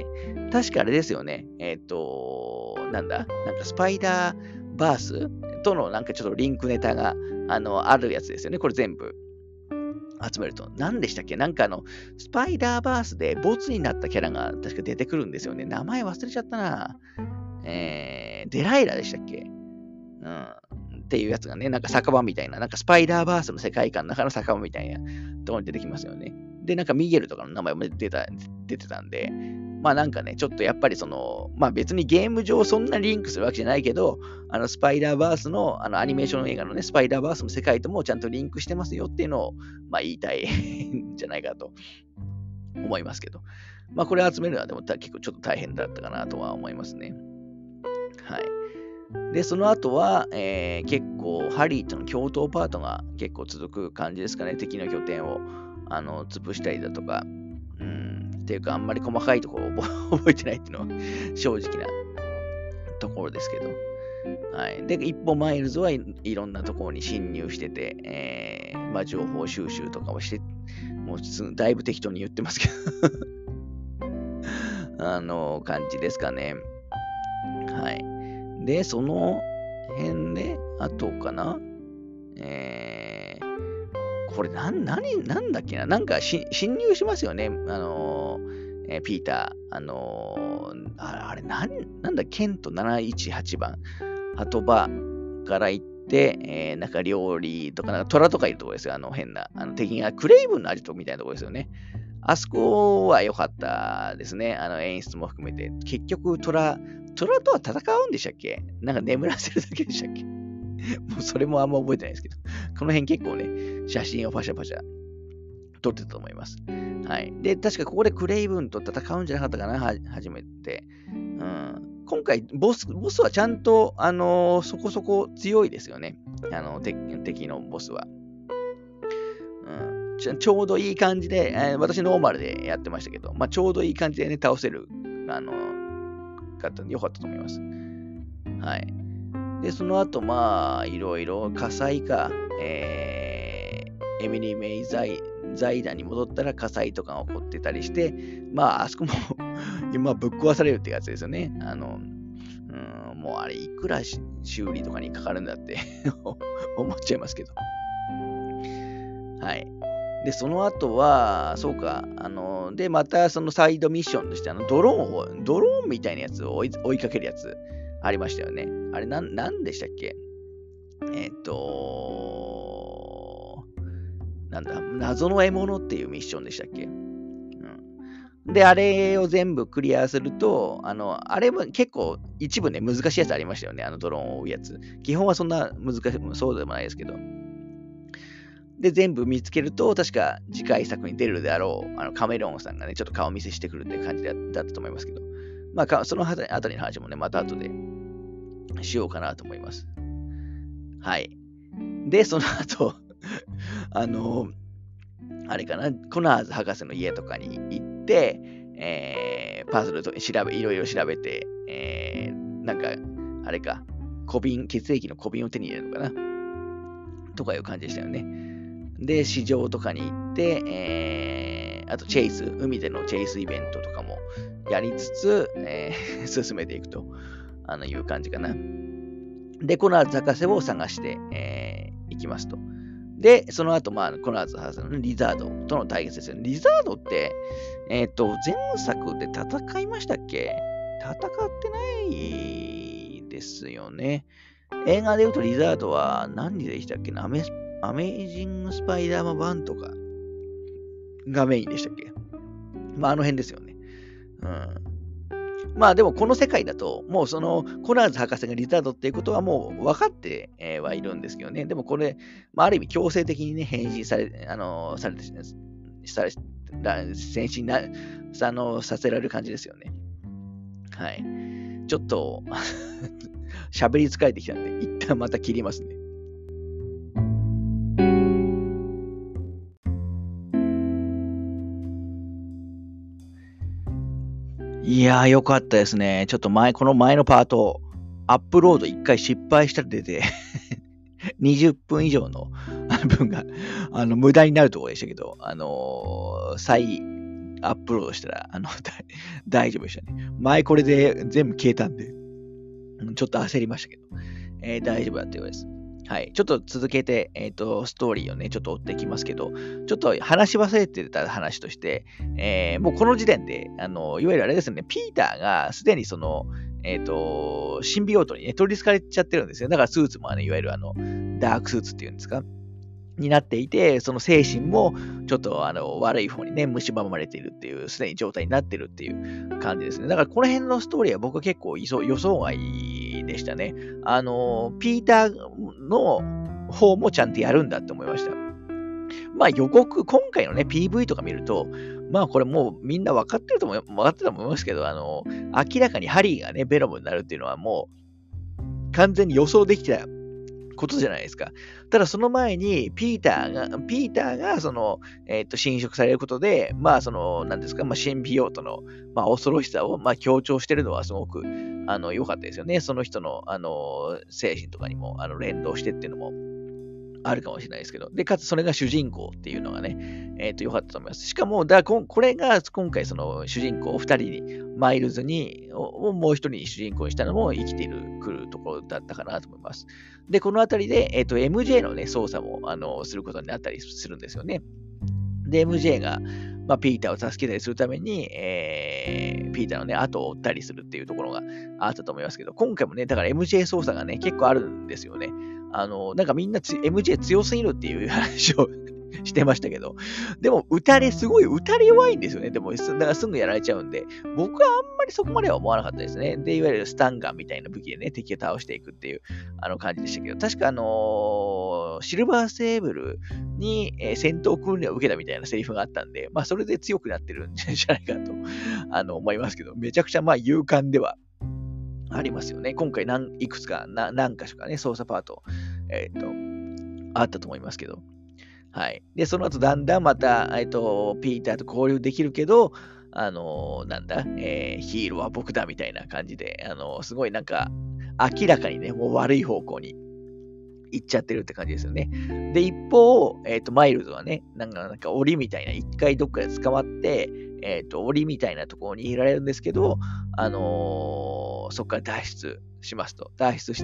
確かあれですよね。なんかスパイダーバースとのなんかちょっとリンクネタがあるやつですよね。これ全部。 集めると。何でしたっけ？なんかスパイダーバースでボツになったキャラが確か出てくるんですよね。名前忘れちゃったな。デライラでしたっけ？っていうやつがね、なんか酒場みたいな、なんかスパイダーバースの世界観の中の酒場みたいなところに出てきますよね。で、なんかミゲルとかの名前も出てたんで、まあなんかね、ちょっとやっぱりまあ別にゲーム上そんなリンクするわけじゃないけど、スパイダーバースの、アニメーション映画のね、スパイダーバースの世界ともちゃんとリンクしてますよっていうのを、まあ言いたいんじゃないかと思いますけど。まあこれ集めるのはでも結構ちょっと大変だったかなとは思いますね。はい。で、その後は、結構、ハリーとの共闘パートが結構続く感じですかね。敵の拠点を、潰したりだとか、っていうか、あんまり細かいところを覚えてないっていうのは正直なところですけど。はい。で、一方、マイルズはいろんなところに侵入してて、まあ、情報収集とかをして、もうだいぶ適当に言ってますけど、感じですかね。はい。で、その辺で、あとかなこれなんだっけななんか侵入しますよね。ピーター。あれなんだ、ケント718番。鳩場から行って、なんか料理とか、なんか虎とかいるところですよ。変な、敵がクレイブンのアジトみたいなところですよね。あそこは良かったですね。演出も含めて。結局、虎とは戦うんでしたっけ？なんか眠らせるだけでしたっけ？もうそれもあんま覚えてないですけど。この辺結構ね、写真をパシャパシャ撮ってたと思います。はい。で、確かここでクレイブンと戦うんじゃなかったかな、初めて。今回、ボスはちゃんと、そこそこ強いですよね。敵のボスは。ちょうどいい感じで、私ノーマルでやってましたけど、まあ、ちょうどいい感じでね、倒せる、良かったと思います。はい。で、その後、まあ、いろいろ火災か、エミリー・メイ財団に戻ったら火災とかが起こってたりして、まあ、あそこも今ぶっ壊されるってやつですよね。もうあれ、いくら修理とかにかかるんだって思っちゃいますけど。はい。で、その後は、そうか、で、またそのサイドミッションとして、ドローンみたいなやつを追いかけるやつありましたよね。あれ、なんでしたっけ？なんだ、謎の獲物っていうミッションでしたっけ？で、あれを全部クリアすると、あれも結構一部ね、難しいやつありましたよね。ドローンを追うやつ。基本はそんなそうでもないですけど。で、全部見つけると、確か次回作に出るであろう、カメロンさんがね、ちょっと顔見せしてくるって感じだったと思いますけど。まあ、そのあたりの話もね、また後でしようかなと思います。はい。で、その後、あれかな、コナーズ博士の家とかに行って、パズルといろいろ調べて、なんか、あれか、血液の小瓶を手に入れるのかなとかいう感じでしたよね。で、市場とかに行って、あと海でのチェイスイベントとかもやりつつ、進めていくという感じかな。で、コナーズ博士を探して、いきますと。で、その後、まあ、コナーズ博士のリザードとの対決ですよね。リザードって、前作で戦いましたっけ？戦ってないですよね。映画で言うとリザードは何でしたっけな？アメイジング・スパイダーマン1とかがメインでしたっけ？まあ、あの辺ですよね。まあでもこの世界だと、もうそのコナーズ博士がリザードっていうことはもう分かってはいるんですけどね。でもこれ、まあ、ある意味強制的にね、変身されて、変身させられる感じですよね。はい。ちょっと喋り疲れてきたんで、一旦また切りますね。いやー、よかったですね。ちょっとこの前のパート、アップロード1回失敗したら出て、20分以上の分が無駄になるところでしたけど、再アップロードしたら大丈夫でしたね。前これで全部消えたんで、ちょっと焦りましたけど、大丈夫だったようです。 はい。ちょっと続けて、ストーリーをね、ちょっと追っていきますけど、ちょっと話し忘れてた話として、もうこの時点で、いわゆるあれですね、ピーターがすでにその、シンビオートにね、取り憑かれちゃってるんですよ。だからスーツもいわゆるダークスーツっていうんですかになっていて、その精神もちょっと悪い方にね、蝕まれているっていう、すでに状態になってるっていう感じですね。だからこの辺のストーリーは僕は結構予想外でしたね。ピーターの方もちゃんとやるんだって思いました。まあ予告、今回のね、PV とか見ると、まあこれもうみんな分かってると思いますけど、明らかにハリーがね、ベノムになるっていうのはもう完全に予想できてたことじゃないですか。ただその前に、ピーターがその、侵食されることで、まあその、なんですか、まあシンビオートの、まあ恐ろしさを、まあ強調してるのはすごく、良かったですよね。その人の、精神とかにも、連動してっていうのも、あるかもしれないですけど。で、かつそれが主人公っていうのがね、良かったと思います。しかも、これが今回その主人公2人に、マイルズに、もう1人に主人公にしたのも生きてくるところだったかなと思います。で、このあたりで、MJ のね、操作も、することになったりするんですよね。で、MJ が、まあ、ピーターを助けたりするために、ピーターのね、後を追ったりするっていうところがあったと思いますけど、今回もね、だから MJ 操作がね、結構あるんですよね。なんかみんなMJ 強すぎるっていう話をしてましたけど、でも、すごい打たれ弱いんですよね。でも、だからすぐやられちゃうんで、僕はあんまりそこまでは思わなかったですね。で、いわゆるスタンガンみたいな武器でね、敵を倒していくっていう、感じでしたけど、確かシルバーセーブルに、戦闘訓練を受けたみたいなセリフがあったんで、まあ、それで強くなってるんじゃないかと、思いますけど、めちゃくちゃ、まあ、勇敢ではありますよね。今回いくつか、何箇所かね、操作パート、あったと思いますけど。はい。で、その後、だんだんまた、ピーターと交流できるけど、なんだ、ヒーローは僕だみたいな感じで、すごいなんか、明らかにね、もう悪い方向に行っちゃってるって感じですよね。で、一方、マイルズはね、なんか檻みたいな、一回どっかで捕まって、檻みたいなところに入れられるんですけど、そこから脱出しますと。脱出して、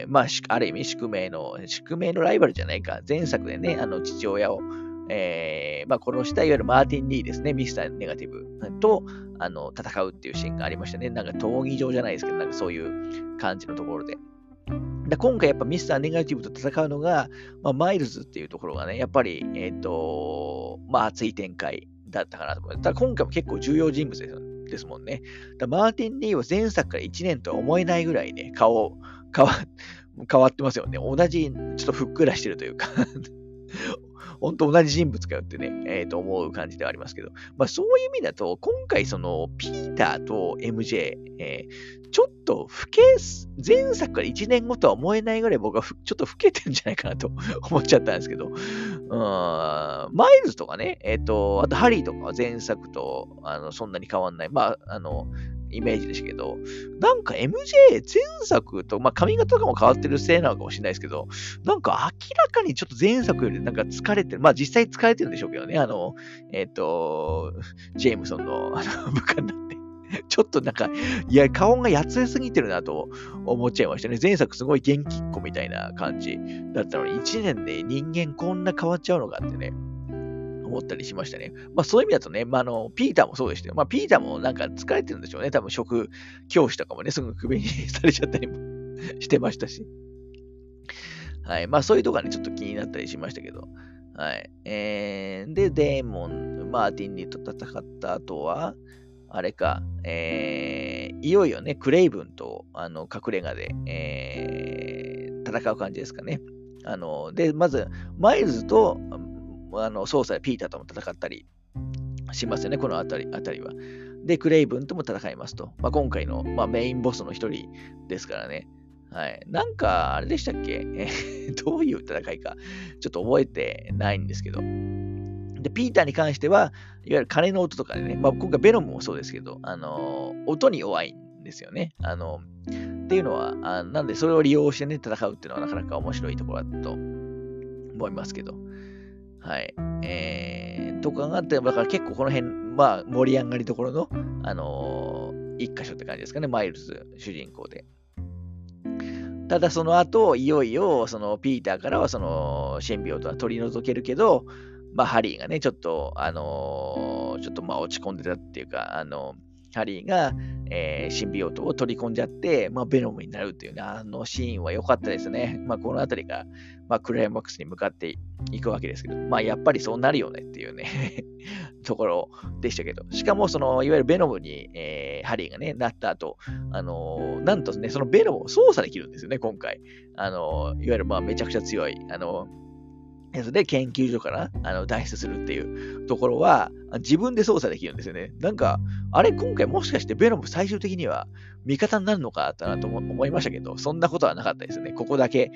まあ、ある意味宿命のライバルじゃないか。前作でね、父親を、まあ、殺したいわゆるマーティン・リーですね、ミスターネガティブと、戦うっていうシーンがありましたね。なんか闘技場じゃないですけど、なんかそういう感じのところで。今回やっぱミスターネガティブと戦うのが、まあ、マイルズっていうところがね、やっぱり、まあ熱い展開だったかなと思います。だから今回も結構重要人物ですもんね。マーティン・リーは前作から1年とは思えないぐらいね、変わってますよね。同じ、ちょっとふっくらしてるというか本当同じ人物かよってね、思う感じではありますけど、まあそういう意味だと、今回そのピーターと MJ、ちょっと前作から1年後とは思えないぐらい僕はちょっと老けてるんじゃないかなと思っちゃったんですけど、マイルズとかね、あとハリーとかは前作とそんなに変わんない。まあ、イメージですけど、なんか MJ 前作と、まあ髪型とかも変わってるせいなのかもしれないですけど、なんか明らかにちょっと前作よりなんか疲れてる。まあ実際疲れてるんでしょうけどね。ジェームソンの部下になって。ちょっとなんか、いや、顔がやつれすぎてるなと思っちゃいましたね。前作すごい元気っ子みたいな感じだったのに、1年で人間こんな変わっちゃうのかってね。思ったりしましたね。まあそういう意味だとね、まあピーターもそうでしたよ。まあピーターもなんか疲れてるんでしょうね。多分教師とかもね、すぐクビにされちゃったりもしてましたし。はい。まあそういうとこがね、ちょっと気になったりしましたけど。はい。で、デーモン、マーティンにと戦った後は、あれか、いよいよね、クレイブンと、隠れ家で、戦う感じですかね。で、まず、マイルズと、操作でピーターとも戦ったりしますよね、このあたりは。で、クレイブンとも戦いますと。まあ、今回の、まあ、メインボスの一人ですからね。はい。なんか、あれでしたっけどういう戦いか、ちょっと覚えてないんですけど。で、ピーターに関しては、いわゆる鐘の音とかでね、まあ、今回ベノムもそうですけど、音に弱いんですよね。っていうのは、なんでそれを利用してね、戦うっていうのはなかなか面白いところだと思いますけど。はい。とかがあって、だから結構この辺、まあ盛り上がりどころの、一箇所って感じですかね、マイルズ主人公で。 ただその後、いよいよ、そのピーターからはそのシンビオートは取り除けるけど、まあ、ハリーがね、ちょっと、ちょっとまあ落ち込んでたっていうか、ハリーが、シンビオートを取り込んじゃって、まあ、ベノムになるっていうね、あのシーンは良かったですね。まあ、このあたりが、まあ、クライマックスに向かっていくわけですけど、まあ、やっぱりそうなるよねっていうねところでしたけど、しかも、その、いわゆるベノムに、ハリーがね、なった後、なんとね、そのベノムを操作できるんですよね、今回。いわゆる、まあ、めちゃくちゃ強い、やつで研究所から脱出するっていうところは自分で操作できるんですよね。なんか、あれ、今回もしかしてベノム最終的には味方になるのかなと思いましたけど、そんなことはなかったですね。ここだけ、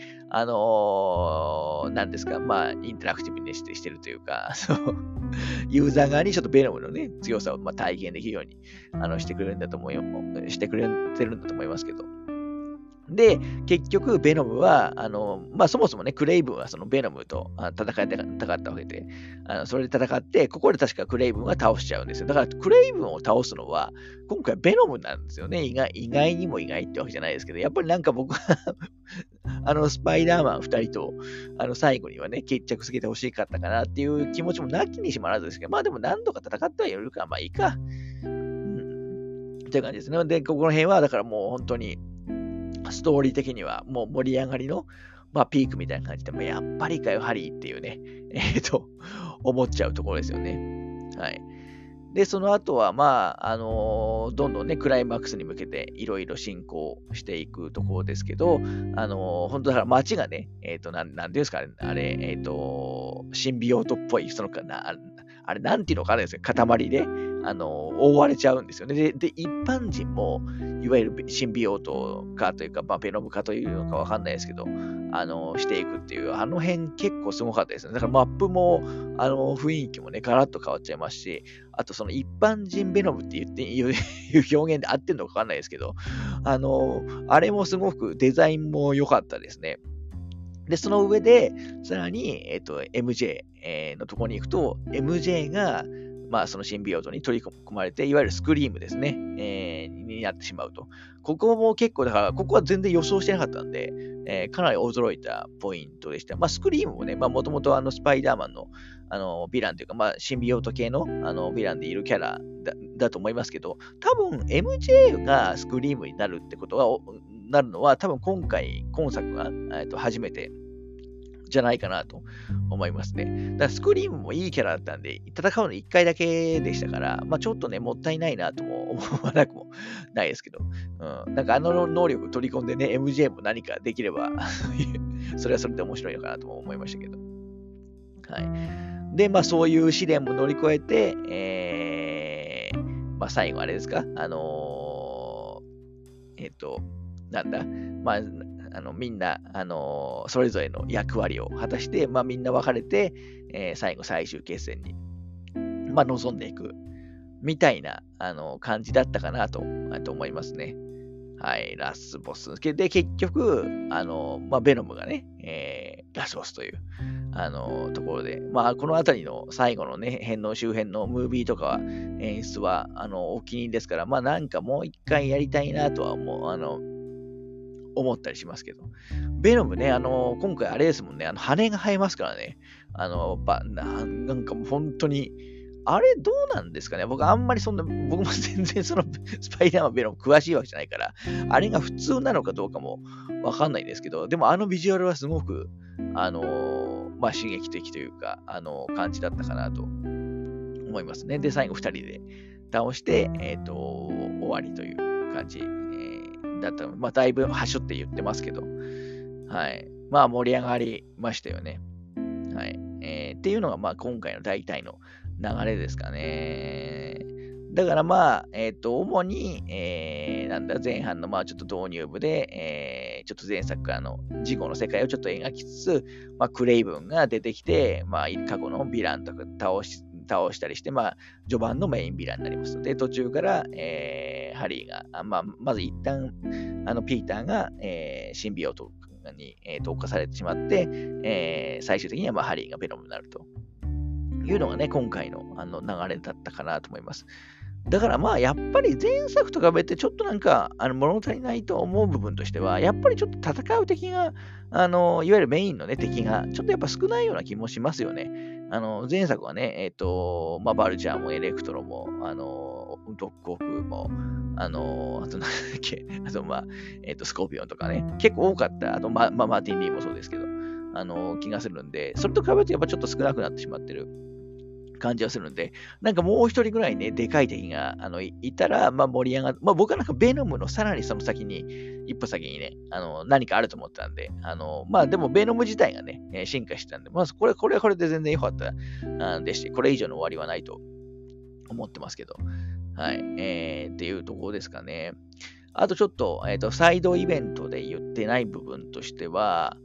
なんですか、まあ、インタラクティブにしてるというか、ユーザー側にちょっとベノムのね、強さをまあ体験できるようにしてくれるんだと思してくれてるんだと思いますけど。で、結局、ベノムは、まあ、そもそもね、クレイブンはそのベノムと戦ったわけで、それで戦って、ここで確かクレイブンは倒しちゃうんですよ。だから、クレイブンを倒すのは、今回ベノムなんですよね。意外にも意外ってわけじゃないですけど、やっぱりなんか僕はスパイダーマン2人と、最後にはね、決着つけてほしかったかなっていう気持ちもなきにしもあらずですけど、まあでも何度か戦ってはいるから、まあいいか。うん。っていう感じですね。で、ここの辺は、だからもう本当に、ストーリー的にはもう盛り上がりの、まあ、ピークみたいな感じで、やっぱりかよ、ハリーっていうね、思っちゃうところですよね。はい。で、その後は、まあ、どんどんね、クライマックスに向けていろいろ進行していくところですけど、本当だから街がね、なんていうんですかね、あれ、シンビオートっぽい、あれ、なんていうのかあるんですよ、塊で、覆われちゃうんですよね。で、一般人も、いわゆるシンビオート化というか、まあ、ベノム化というのかわかんないですけど、していくっていう、あの辺結構すごかったですね。だからマップも、雰囲気もね、ガラッと変わっちゃいますし、あとその一般人ベノムっていう表現で合ってんのかわかんないですけど、あれもすごくデザインも良かったですね。で、その上で、さらに、MJ のところに行くと、MJ が、まあ、そのシンビオートに取り込まれて、いわゆるスクリームですね、になってしまうと。ここも結構、だから、ここは全然予想してなかったんで、かなり驚いたポイントでした。まあ、スクリームもね、まあ、もともとスパイダーマンの、ヴィランというか、まあ、シンビオート系の、ヴィランでいるキャラだと思いますけど、多分 MJ がスクリームになるってことは、なるのは、多分今作が、初めてじゃないかなと思いますね。だからスクリームもいいキャラだったんで、戦うの1回だけでしたから、まあちょっとね、もったいないなとも思わなくもないですけど、なんか能力取り込んでね、MJ も何かできればそれはそれで面白いのかなとも思いましたけど。はい。で、まあそういう試練も乗り越えて、まあ最後あれですか、なんだ、まあ、みんな、それぞれの役割を果たして、まあ、みんな分かれて、最後、最終決戦に、まあ、臨んでいく、みたいな、感じだったかなと思いますね。はい、ラスボス。で、結局、まあ、ベノムがね、ラスボスという、ところで、まあ、このあたりの最後のね、周辺のムービーとかは、演出は、お気に入りですから、まあ、なんかもう一回やりたいなとは思ったりしますけど。ベノムね、今回あれですもんね、羽が生えますからね。なんかもう本当に、あれどうなんですかね、僕も全然そのスパイダーマンベノム詳しいわけじゃないから、あれが普通なのかどうかもわかんないんですけど、でもビジュアルはすごく、まあ刺激的というか、感じだったかなと思いますね。で、最後2人で倒して、終わりという感じ、だったの。まあ、だいぶはしょって言ってますけど、はい。まあ、盛り上がりましたよね。はい。っていうのが、まあ、今回の大体の流れですかね。だからまあ、主に、前半のまあちょっと導入部で、ちょっと前作からの事故の世界をちょっと描きつつ、まあ、クレイブンが出てきて、まあ、過去のヴィランとか倒したりして、まあ、序盤のメインヴィランになります。で、途中から、ハリーが、まず一旦、ピーターが、シンビオートに、侵されてしまって、最終的には、まあ、ハリーがベノムになるというのがね、今回の、流れだったかなと思います。 だからまあ、やっぱり前作と比べてちょっとなんか、物足りないと思う部分としては、やっぱりちょっと戦う敵が、いわゆるメインのね、敵が、ちょっとやっぱ少ないような気もしますよね。前作はね、まあ、バルチャーもエレクトロも、ドッグオフも、あとなんだっけ、あとまあ、スコーピオンとかね、結構多かった。あと、まあ、マーティン・リーもそうですけど、気がするんで、それと比べるとやっぱちょっと少なくなってしまってる感じはするんで、なんかもう一人ぐらいね、でかい敵がいたら、まあ盛り上がっまあ僕はなんかベノムのさらにその先に、一歩先にね、何かあると思ったんで、まあでもベノム自体がね、進化してたんで、まずこれはこれで全然良かったですし、これ以上の終わりはないと思ってますけど、はい、っていうところですかね。あとちょっと、サイドイベントで言ってない部分としては、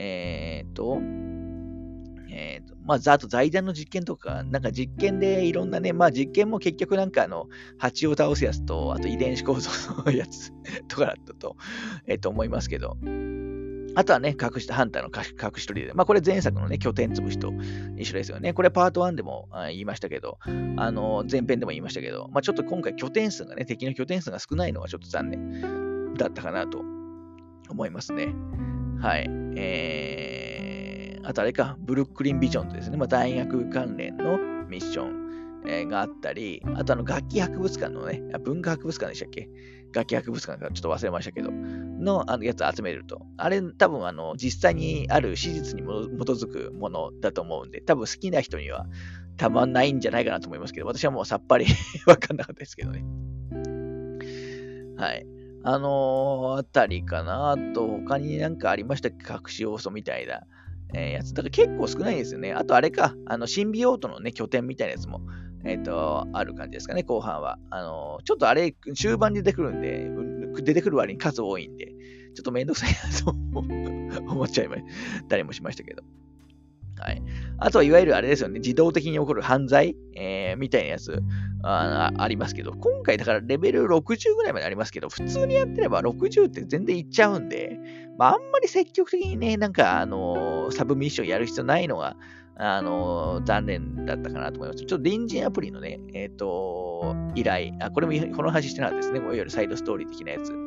まあ、あと財団の実験とか、なんか実験でいろんなね、まあ実験も結局なんか蜂を倒すやつと、あと遺伝子構造のやつとかだったと、思いますけど、あとはね、ハンターの隠し撮りで、まあこれ前作のね、拠点潰しと一緒ですよね。これパート1でも言いましたけど、前編でも言いましたけど、まあちょっと今回拠点数がね、敵の拠点数が少ないのがちょっと残念だったかなと思いますね。はい。あとあれか、ブルックリンビジョンとですね、まあ、大学関連のミッション、があったり、あと楽器博物館のね、文化博物館でしたっけ？楽器博物館かちょっと忘れましたけど、のやつを集めると。あれ多分実際にある史実に基づくものだと思うんで、多分好きな人にはたまんないんじゃないかなと思いますけど、私はもうさっぱりわかんなかったですけどね。はい。あたりかな。あと、他になんかありましたっけ？隠し要素みたいな、やつ。だから結構少ないですよね。あと、あれか、シンビオートのね、拠点みたいなやつも、ある感じですかね、後半は。ちょっとあれ、終盤に出てくるんで、出てくる割に数多いんで、ちょっとめんどくさいなと思っちゃいましたりもしましたけど。はい。あとは、いわゆるあれですよね、自動的に起こる犯罪、みたいなやつありますけど、今回だからレベル60ぐらいまでありますけど、普通にやってれば60って全然いっちゃうんで、まあ、あんまり積極的にね、なんか、サブミッションやる必要ないのが、残念だったかなと思います。ちょっと隣人アプリのね、依頼、これもこの話してなかったですね、いわゆるサイドストーリー的なやつ。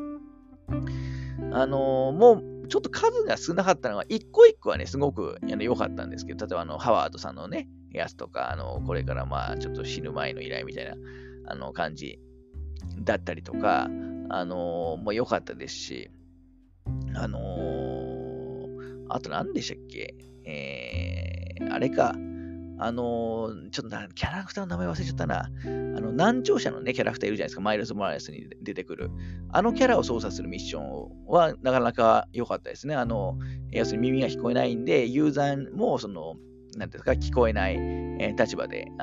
もう、ちょっと数が少なかったのは、一個一個はね、すごく良かったんですけど、例えばハワードさんのね、やつとか、これからまあ、ちょっと死ぬ前の依頼みたいな、感じだったりとか、もう良かったですし、あと何でしたっけあれか、ちょっとキャラクターの名前忘れちゃったな。難聴者のね、キャラクターいるじゃないですか。マイルズ・モラレスに出てくる。あのキャラを操作するミッションはなかなか良かったですね。要するに耳が聞こえないんで、ユーザーも、なんていうんですか、聞こえない、立場で、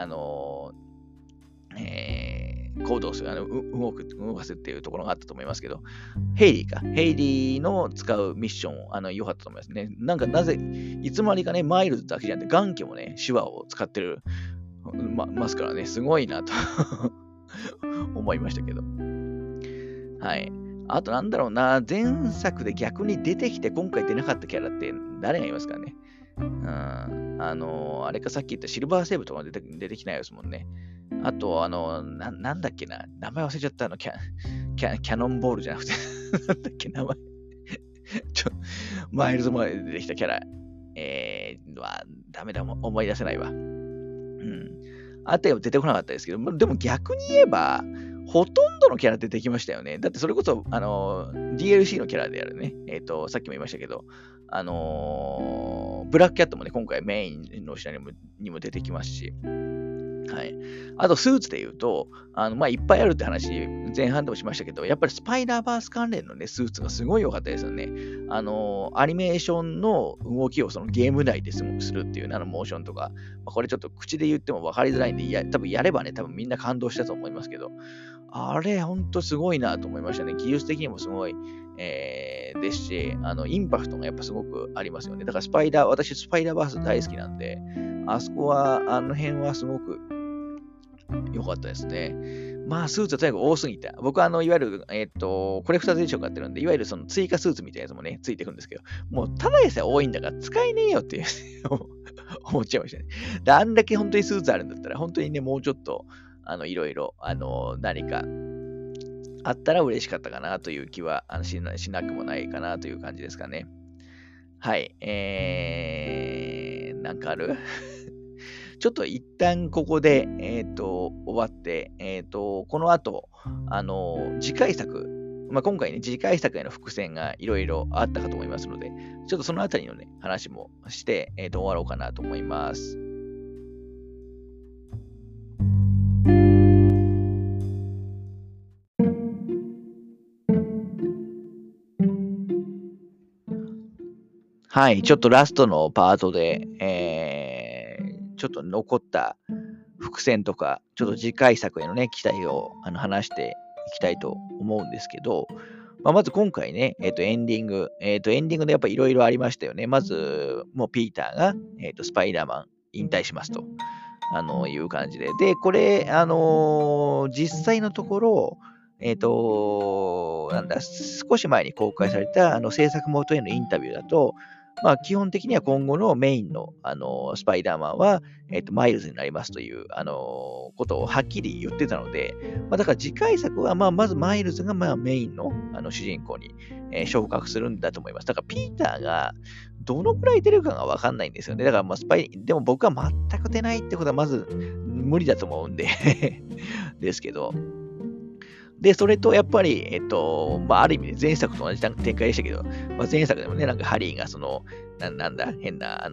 行動する、動かすっていうところがあったと思いますけど、ヘイリーの使うミッション、良かったと思いますね。なんかなぜ、いつまでかね、マイルズだけじゃなくて、ガンケもね、手話を使ってる、ますからね、すごいなと思いましたけど。はい。あとなんだろうな、前作で逆に出てきて今回出なかったキャラって誰がいますかね。あれかさっき言ったシルバーセーブとか出てきないですもんね。あと、なんだっけな、名前忘れちゃったキャノンボールじゃなくてなんだっけ、名前マイルズまで出てきたキャラ、ダメだ、思い出せないわ。あたりは出てこなかったですけど、でも逆に言えば、ほとんどのキャラ出てきましたよね。だってそれこそ、DLC のキャラであるね、さっきも言いましたけど、ブラックキャットもね、今回メインのシナリオにも出てきますし、はい。あと、スーツで言うと、いっぱいあるって話、前半でもしましたけど、やっぱりスパイダーバース関連のね、スーツがすごい良かったですよね。アニメーションの動きをそのゲーム内でするっていうモーションとか、これちょっと口で言っても分かりづらいんで、多分やればね、多分みんな感動したと思いますけど、あれ、ほんとすごいなと思いましたね。技術的にもすごい、ですし、インパクトがやっぱすごくありますよね。だから私スパイダーバース大好きなんで、あそこは、あの辺はすごく良かったですね。まあ、スーツはとにかく多すぎた。僕はいわゆる、コレクターズエディション買ってるんで、いわゆるその追加スーツみたいなやつもね、ついてくるんですけど、もうただでさえ多いんだから使えねえよっていう思っちゃいましたね。で、あんだけ本当にスーツあるんだったら、本当にね、もうちょっと、 いろいろ、何かあったら嬉しかったかなという気はしなくもないかなという感じですかね。はい。なんかあるちょっと一旦ここで、終わって、この後、次回作、今回ね、次回作への伏線がいろいろあったかと思いますので、ちょっとそのあたりのね、話もして、終わろうかなと思います。はい、ちょっとラストのパートで、ちょっと残った伏線とか、ちょっと次回作へのね、期待を話していきたいと思うんですけど、まず今回ね、エンディング、エンディングでやっぱいろいろありましたよね。まず、もうピーターが、スパイダーマン引退しますと、いう感じで。で、これ、実際のところ、少し前に公開された、制作元へのインタビューだと、基本的には今後のメインの、スパイダーマンは、マイルズになりますという、ことをはっきり言ってたので、だから次回作は、まずマイルズが、メインの、主人公に、昇格するんだと思います。だから、ピーターが、どのくらい出るかがわかんないんですよね。だから、でも僕は全く出ないってことは、まず、無理だと思うんでですけど、で、それとやっぱり、ある意味で前作と同じ展開でしたけど、前作でもね、なんかハリーが変な、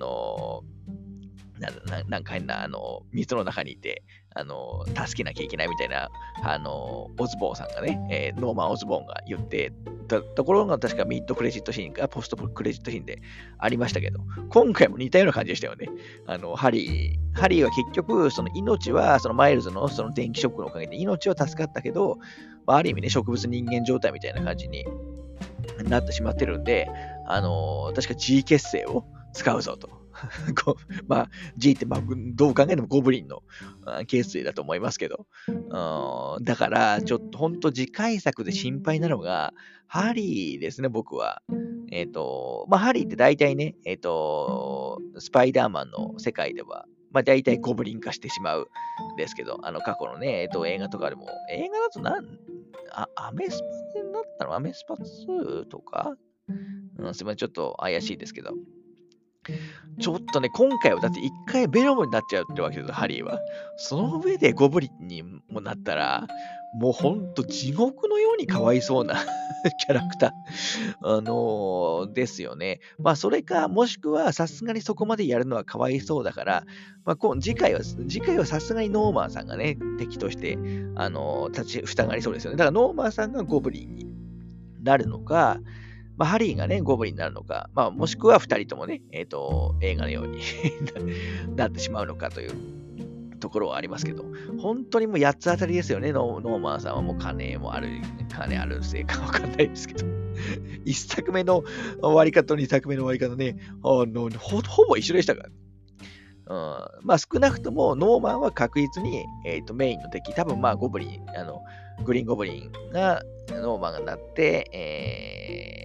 なんか変な、水の中にいて、助けなきゃいけないみたいな、オズボーンさんがね、ノーマン・オズボーンが言ってたところが確かミッドクレジットシーンかポストクレジットシーンでありましたけど、今回も似たような感じでしたよね。ハリーは結局、その命は、そのマイルズのその電気ショックのおかげで命は助かったけど、ある意味ね、植物人間状態みたいな感じになってしまってるんで、確か G 結成を使うぞと。G ってどう考えてもゴブリンの結成だと思いますけど。だから、ちょっと本当次回作で心配なのが、ハリーですね、僕は。ハリーって大体ね、スパイダーマンの世界では、大体ゴブリン化してしまうんですけど、過去のね、映画とかでも、映画だとアメスパになったのアメスパ2とかすみません、ちょっと怪しいですけど。ちょっとね、今回はだって一回ベノムになっちゃうってわけですよ、ハリーは。その上でゴブリンにもなったら、もうほんと地獄のようにかわいそうなキャラクター、ですよね。それか、もしくはさすがにそこまでやるのはかわいそうだから、次回はさすがにノーマンさんがね、敵として、立ちふたがりそうですよね。だからノーマンさんがゴブリンになるのか、ハリーがね、ゴブリンになるのか、もしくは2人ともね、映画のようになってしまうのかというところはありますけど、本当にもう8つ当たりですよね、ノーマンさんはもう金あるせいかわかんないですけど、1作目の終わり方と2作目の終わり方ね、ほぼ一緒でしたから。少なくともノーマンは確実に、メインの敵、多分ゴブリン、グリーンゴブリンがノーマンになって、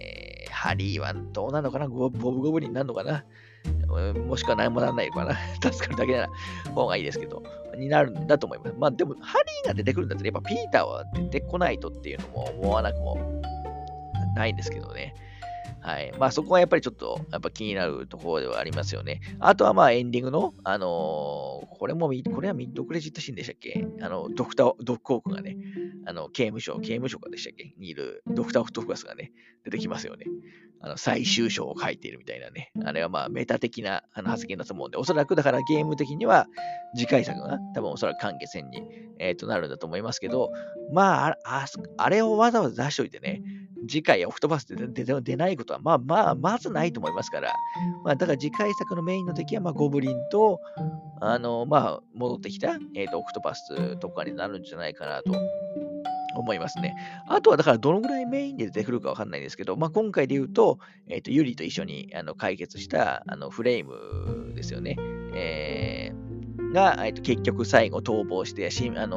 ハリーはどうなのかなボブゴブリンになるのかなもしくは何もならないのかな助かるだけなら方がいいですけど、になるんだと思います。でも、ハリーが出てくるんだったら、やっぱピーターは出てこないとっていうのも思わなくもないんですけどね。はい。そこはやっぱりちょっと、やっぱ気になるところではありますよね。あとはエンディングの、これはミッドクレジットシーンでしたっけドクコークがね、刑務所かでしたっけにいるドクター・オクトパスがね、出てきますよね。最終章を書いているみたいなね。あれはメタ的な発言だと思うんで、おそらくだからゲーム的には次回作が多分おそらく完結編に、なるんだと思いますけど、あれをわざわざ出しといてね、次回オクトパスで出ないことは、まずないと思いますから、だから次回作のメインの敵は、ゴブリンと、戻ってきた、オクトパスとかになるんじゃないかなと思いますね。あとは、だからどのぐらいメインで出てくるかわかんないですけど、今回で言うと、ユリと一緒に解決したフレイムですよね。が、結局最後逃亡して、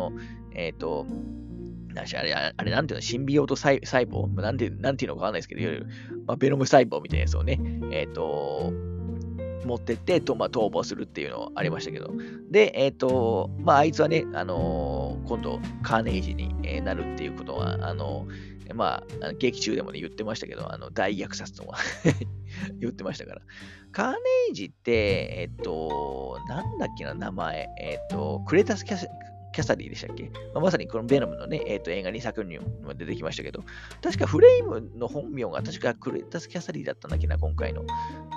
あれなんていうの、シンビオート細胞なんていうのかわかんないですけど、いわゆる、ベノム細胞みたいなやつをね、 持ってって、逃亡するっていうのありましたけど。で、あいつはね、今度、カーネイジになるっていうことは、劇中でもね、言ってましたけど、大虐殺とは言ってましたから。カーネイジって、なんだっけな、名前。クレタスキャサディでしたっけ、まさにこのベノムのね、映画2作にも出てきましたけど、確かフレイムの本名が確かクレタスキャサディだったんだっけな、今回の。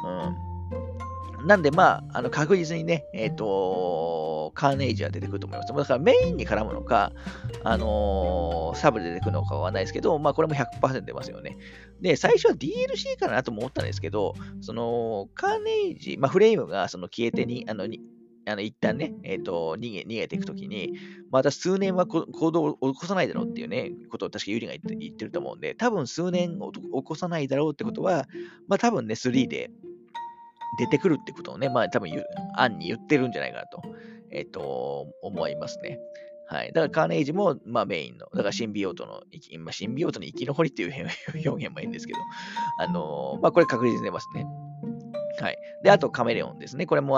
なんで、確実にね、カーネイジは出てくると思います。だからメインに絡むのか、サブで出てくるのかはないですけど、これも 100% 出ますよね。で、最初は DLC かなとも思ったんですけど、カーネイジ、フレイムが消えて一旦ね、逃げていくときに、また数年は行動を起こさないだろうっていうね、ことを確かユリが言ってると思うんで、多分数年起こさないだろうってことは、多分ね、3で出てくるってことをね、多分案に言ってるんじゃないかなと、思いますね。はい。だからカーネイジも、メインの、だからシンビオートの生き残りっていう表現もいいんですけど、これ確実に出ますね。はい。で、あとカメレオンですね。これも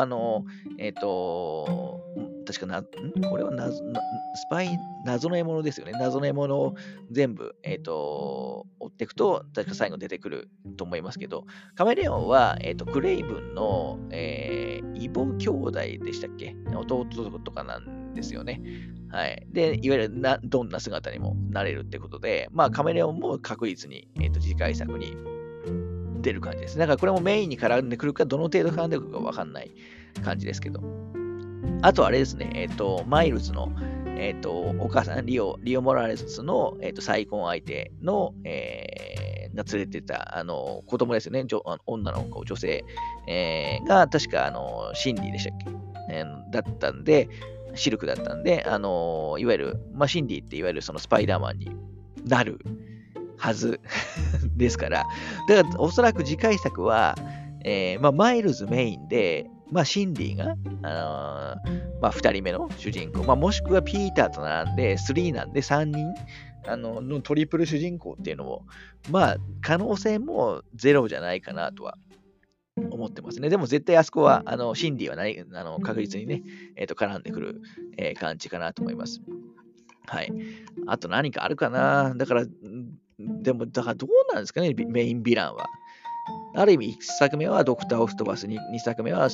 確かこれはスパイ、謎の獲物ですよね。謎の獲物を全部、追っていくと、確か最後出てくると思いますけど、カメレオンは、クレイブンの、異母兄弟でしたっけ、弟とかなんですよね。はい。で、いわゆるどんな姿にもなれるってことで、カメレオンも確実に、次回作に出る感じです。だからこれもメインに絡んでくるか、どの程度絡んでくるかわかんない感じですけど。あとあれですね、マイルズの、お母さん、リオ・モラレスの、再婚相手の、が連れてた、子供ですよね、女の子、女性、が、確か、シンディでしたっけ、だったんで、シルクだったんで、いわゆる、シンディっていわゆるそのスパイダーマンになるはずですから、だからおそらく次回作は、マイルズメインで、シンディが、2人目の主人公、もしくはピーターと並んで、3なんで3人のトリプル主人公っていうのも、可能性もゼロじゃないかなとは思ってますね。でも絶対あそこは、シンディは確実にね、絡んでくる、感じかなと思います。はい。あと何かあるかな。だから、だからどうなんですかね、メインヴィランは。ある意味、1作目はドクター・オクトバス、2作目は、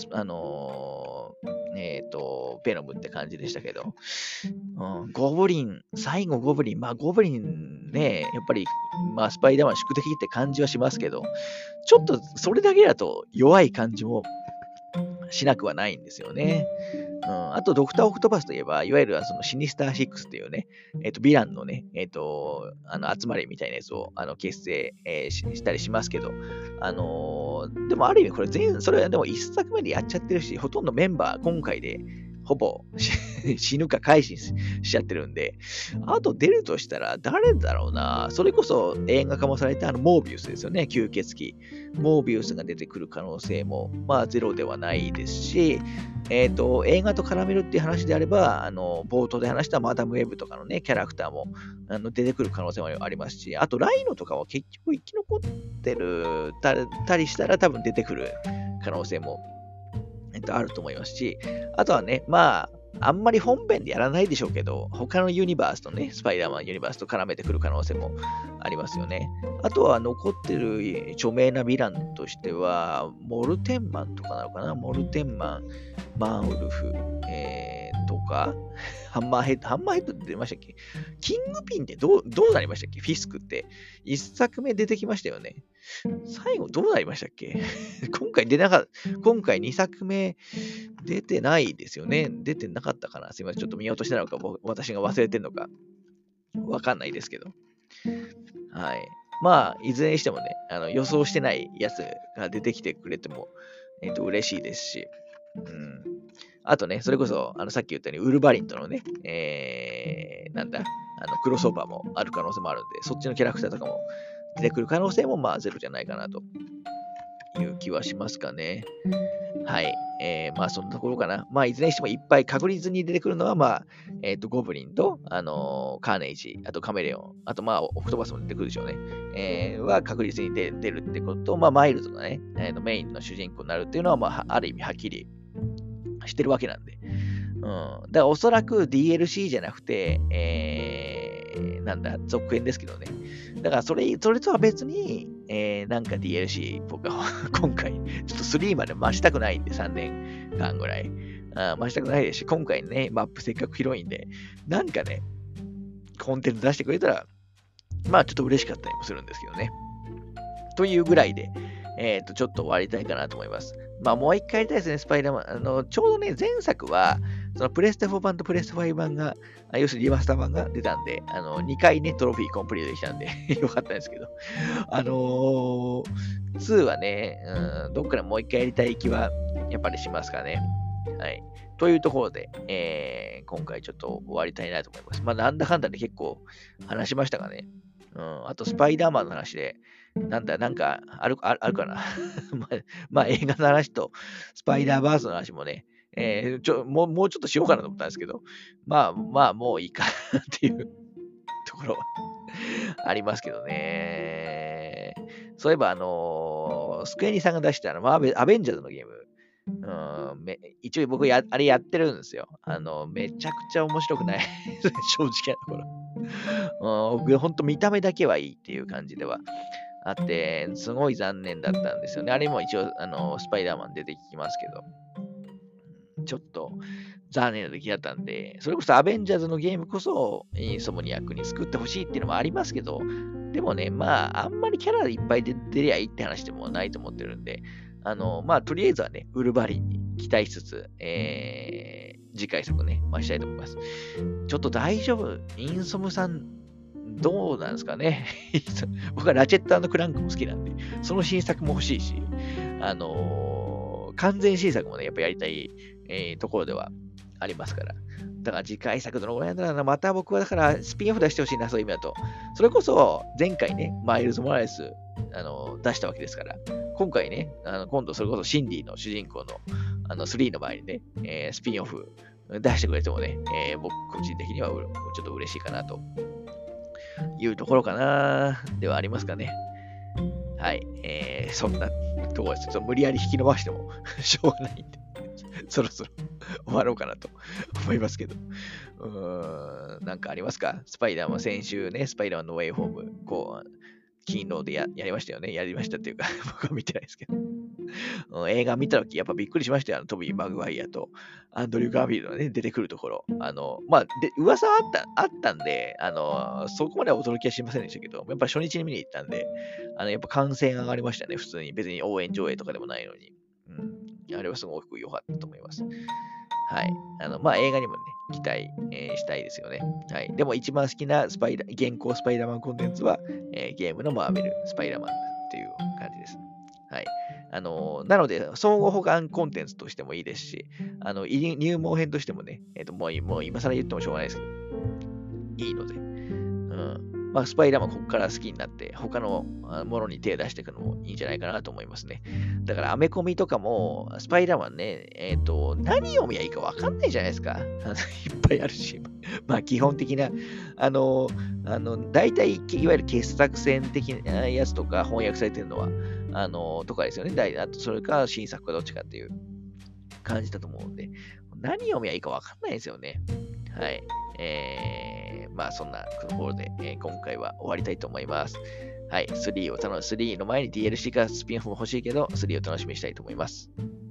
ベノムって感じでしたけど、ゴブリン、最後ゴブリン、ゴブリンね、やっぱり、スパイダーマン宿敵って感じはしますけど、ちょっとそれだけだと弱い感じもしなくはないんですよね。あと、ドクター・オクトパスといえば、いわゆるそのシニスター6っていうね、ヴィランのね、集まりみたいなやつを結成、したりしますけど、でもある意味これそれはでも一作目でやっちゃってるし、ほとんどメンバー今回でほぼ死ぬか改心しちゃってるんで、あと出るとしたら誰だろうな。それこそ映画化もされたモービウスですよね、吸血鬼。モービウスが出てくる可能性も、ゼロではないですし、映画と絡めるっていう話であれば、冒頭で話したマダムウェブとかのね、キャラクターも出てくる可能性もありますし、あとライノとかは結局生き残ってたりしたら多分出てくる可能性も、あると思いますし、あとはね、あんまり本編でやらないでしょうけど、他のユニバースとね、スパイダーマンユニバースと絡めてくる可能性もありますよね。あとは残ってる著名なヴィランとしては、モルテンマンとかなのかな、モルテンマン、マンウルフ、とか、ハンマーヘッドって出ましたっけ？キングピンってどうなりましたっけ？フィスクって。一作目出てきましたよね。最後どうなりましたっけ？今回2作目出てないですよね。出てなかったかな。すいません。ちょっと見落としたのか、私が忘れてるのか、わかんないですけど。はい。いずれにしてもね、予想してないやつが出てきてくれても、嬉しいですし、あとね、それこそ、さっき言ったように、ウルヴァリンとのね、クロスオーバーもある可能性もあるんで、そっちのキャラクターとかも出てくる可能性も、ゼロじゃないかなとっていう気はしますかね。はい。まあそんなところかな。まあいずれにしてもいっぱい確実に出てくるのは、まあ、ゴブリンと、カーネイジ、あとカメレオン、あとまあオクトバスも出てくるでしょうね。は確実に出るってことと、まあマイルズがね、メインの主人公になるっていうのは、まあある意味はっきりしてるわけなんで。だからおそらく DLC じゃなくて、続編ですけどね。だからそれとは別に、なんか DLC 僕は今回、ちょっと3まで増したくないんで、3年間ぐらい。増したくないですし、今回ね、マップせっかく広いんで、なんかね、コンテンツ出してくれたら、まあちょっと嬉しかったりもするんですけどね。というぐらいで、ちょっと終わりたいかなと思います。まあもう一回やりたいですね、スパイダーマン。ちょうどね、前作は、そのプレステ4版とプレステ5版が、要するにリマスター版が出たんで、2回ね、トロフィーコンプリートできたんでよかったんですけど、2はね、どっかでもう一回やりたい気は、やっぱりしますかね。はい。というところで、今回ちょっと終わりたいなと思います。まあ、なんだかんだで結構話しましたがね。あと、スパイダーマンの話で、なんかあるかなまあ、映画の話と、スパイダーバースの話もね、もうちょっとしようかなと思ったんですけど、まあ、もういいかなっていうところはありますけどね。そういえば、スクエニさんが出したアベンジャーズのゲーム、一応僕あれやってるんですよ。めちゃくちゃ面白くない。正直なところ。僕、ほんと見た目だけはいいっていう感じではあって、すごい残念だったんですよね。あれも一応、スパイダーマン出てきますけど、ちょっと残念な出来だったんで、それこそアベンジャーズのゲームこそ、インソムニアックに救ってほしいっていうのもありますけど、でもね、まあ、あんまりキャラいっぱい出りゃいいって話でもないと思ってるんで、まあ、とりあえずはね、ウルヴァリンに期待しつつ、次回作ね、したいと思います。ちょっと大丈夫インソムさん、どうなんですかね僕はラチェット&クランクも好きなんで、その新作も欲しいし、完全新作もね、やっぱやりたい、ところではありますから。だから次回作どのぐらいなんだろうな。また僕はだからスピンオフ出してほしいな、そういう意味だと。それこそ前回ね、マイルズ・モラレス出したわけですから、今回ね、今度それこそシンディの主人公の3の前にね、スピンオフ出してくれてもね、僕個人的にはちょっと嬉しいかなというところかな、ではありますかね。はい。そんなところです。ちょっと無理やり引き伸ばしてもしょうがないんでそろそろ終わろうかなと思いますけど。なんかありますか？スパイダーマン、先週ね、スパイダーマンのウェイホーム、金労でやりましたよね。やりましたっていうか僕は見てないですけど。映画見たとき、やっぱびっくりしましたよ。トビー・マグワイアとアンドリュー・ガーフィールドがね、出てくるところ。噂はあったんで、そこまでは驚きはしませんでしたけど、やっぱ初日に見に行ったんで、やっぱ歓声が上がりましたね。普通に。別に応援上映とかでもないのに。あれはすごく良かったと思います。はい。映画にもね、期待、したいですよね。はい。でも一番好きな現行スパイダーマンコンテンツは、ゲームのマーベル・スパイダーマンっていう感じです。はい。なので、相互補完コンテンツとしてもいいですし、入門編としてもね、もう今更言ってもしょうがないですけど、いいので、スパイダーマンここから好きになって、他のものに手を出していくのもいいんじゃないかなと思いますね。だから、アメコミとかも、スパイダーマンね、何読みゃいいか分かんないじゃないですか。いっぱいあるし。基本的な、大体、いわゆる傑作選的なやつとか翻訳されてるのは、とかですよね。あと、それか新作かどっちかっていう感じだと思うんで、何読みゃいいか分かんないですよね。はい。そんなところで、今回は終わりたいと思います。はい。3の前に DLC かスピンオフも欲しいけど、3を楽しみにしたいと思います。